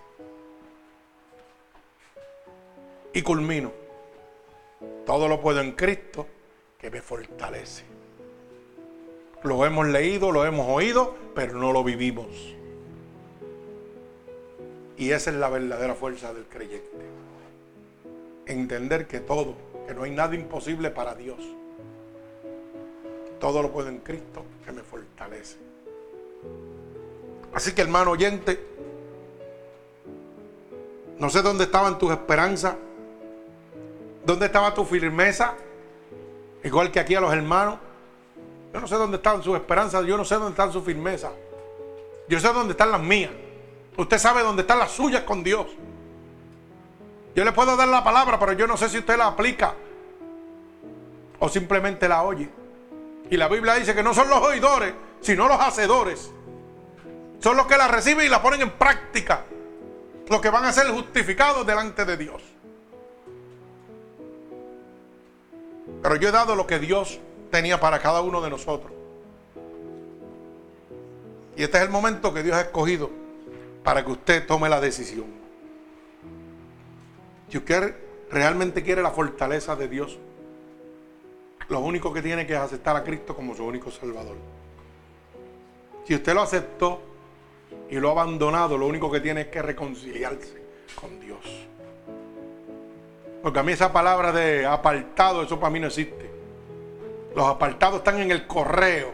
[SPEAKER 1] Y culmino. Todo lo puedo en Cristo que me fortalece. Lo hemos leído, lo hemos oído, pero no lo vivimos. Y esa es la verdadera fuerza del creyente. Entender que todo, que no hay nada imposible para Dios. Todo lo puedo en Cristo que me fortalece. Así que, hermano oyente, no sé dónde estaban tus esperanzas, dónde estaba tu firmeza, igual que aquí a los hermanos. Yo no sé dónde están sus esperanzas, yo no sé dónde están sus firmezas. Yo sé dónde están las mías. Usted sabe dónde están las suyas con Dios. Yo le puedo dar la palabra, pero yo no sé si usted la aplica o simplemente la oye. Y la Biblia dice que no son los oidores, sino los hacedores. Son los que la reciben y la ponen en práctica. los que van a ser justificados delante de Dios. Pero yo he dado lo que Dios tenía para cada uno de nosotros. Y este es el momento que Dios ha escogido para que usted tome la decisión. Si usted realmente quiere la fortaleza de Dios, lo único que tiene que es aceptar a Cristo como su único Salvador. Si usted lo aceptó y lo ha abandonado, lo único que tiene es que reconciliarse con Dios. Porque a mí esa palabra de apartado, eso para mí no existe. Los apartados están en el correo.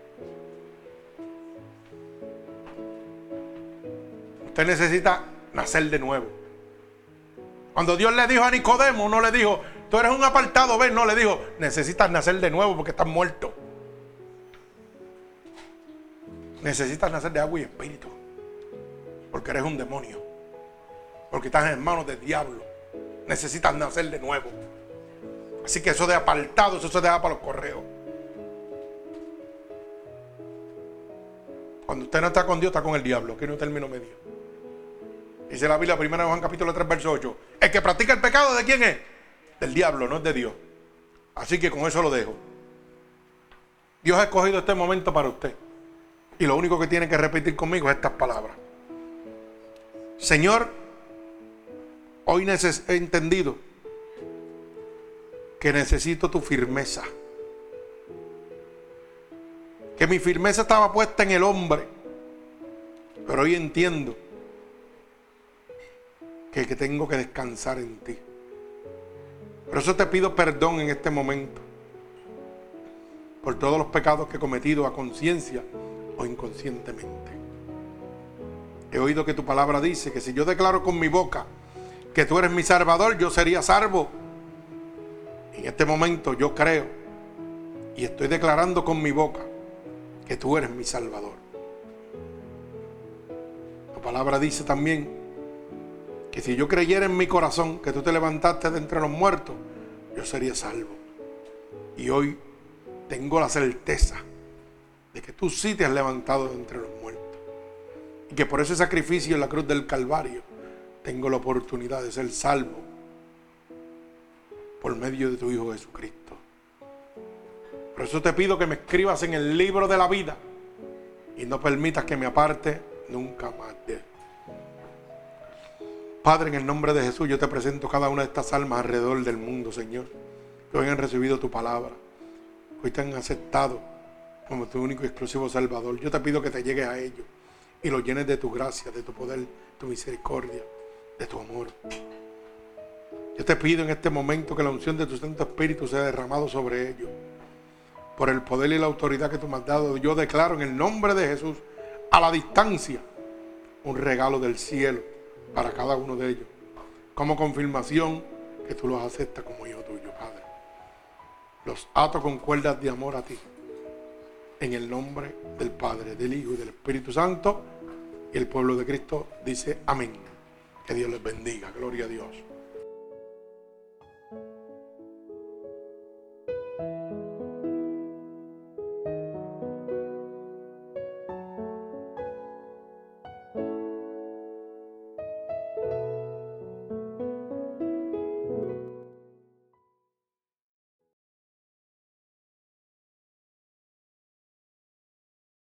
[SPEAKER 1] Usted necesita nacer de nuevo. Cuando Dios le dijo a Nicodemo, no le dijo, tú eres un apartado, ven, no le dijo, necesitas nacer de nuevo porque estás muerto. Necesitas nacer de agua y espíritu. Porque eres un demonio. Porque estás en manos del diablo. Necesitas nacer de nuevo. Así que eso de apartado, eso se deja para los correos. Cuando usted no está con Dios, está con el diablo. Aquí no hay término medio. Dice la Biblia, primera de Juan capítulo tres, verso ocho. El que practica el pecado, ¿de quién es? Del diablo, no es de Dios. Así que con eso lo dejo. Dios ha escogido este momento para usted. Y lo único que tiene que repetir conmigo es estas palabras. Señor, hoy he entendido que necesito tu firmeza. Que mi firmeza estaba puesta en el hombre. Pero hoy entiendo que, que tengo que descansar en ti. Por eso te pido perdón en este momento. Por todos los pecados que he cometido a conciencia o inconscientemente. He oído que tu palabra dice que si yo declaro con mi boca que tú eres mi Salvador, yo sería salvo. En este momento yo creo y estoy declarando con mi boca que tú eres mi Salvador. Tu palabra dice también que si yo creyera en mi corazón que tú te levantaste de entre los muertos, yo sería salvo. Y hoy tengo la certeza de que tú sí te has levantado de entre los muertos. Y que por ese sacrificio en la cruz del Calvario tengo la oportunidad de ser salvo por medio de tu Hijo Jesucristo. Por eso te pido que me escribas en el libro de la vida y no permitas que me aparte nunca más de él. Padre, en el nombre de Jesús, yo te presento cada una de estas almas alrededor del mundo, Señor, que hoy han recibido tu palabra, que hoy te han aceptado como tu único y exclusivo Salvador. Yo te pido que te llegues a ellos y los llenes de tu gracia, de tu poder, tu misericordia, de tu amor. Yo te pido en este momento que la unción de tu Santo Espíritu sea derramado sobre ellos. Por el poder y la autoridad que tú me has dado, yo declaro en el nombre de Jesús, a la distancia, un regalo del cielo para cada uno de ellos, como confirmación que tú los aceptas como hijo tuyo, Padre. Los ato con cuerdas de amor a ti, en el nombre del Padre, del Hijo y del Espíritu Santo. Y el pueblo de Cristo dice amén. Que Dios les bendiga. Gloria a Dios.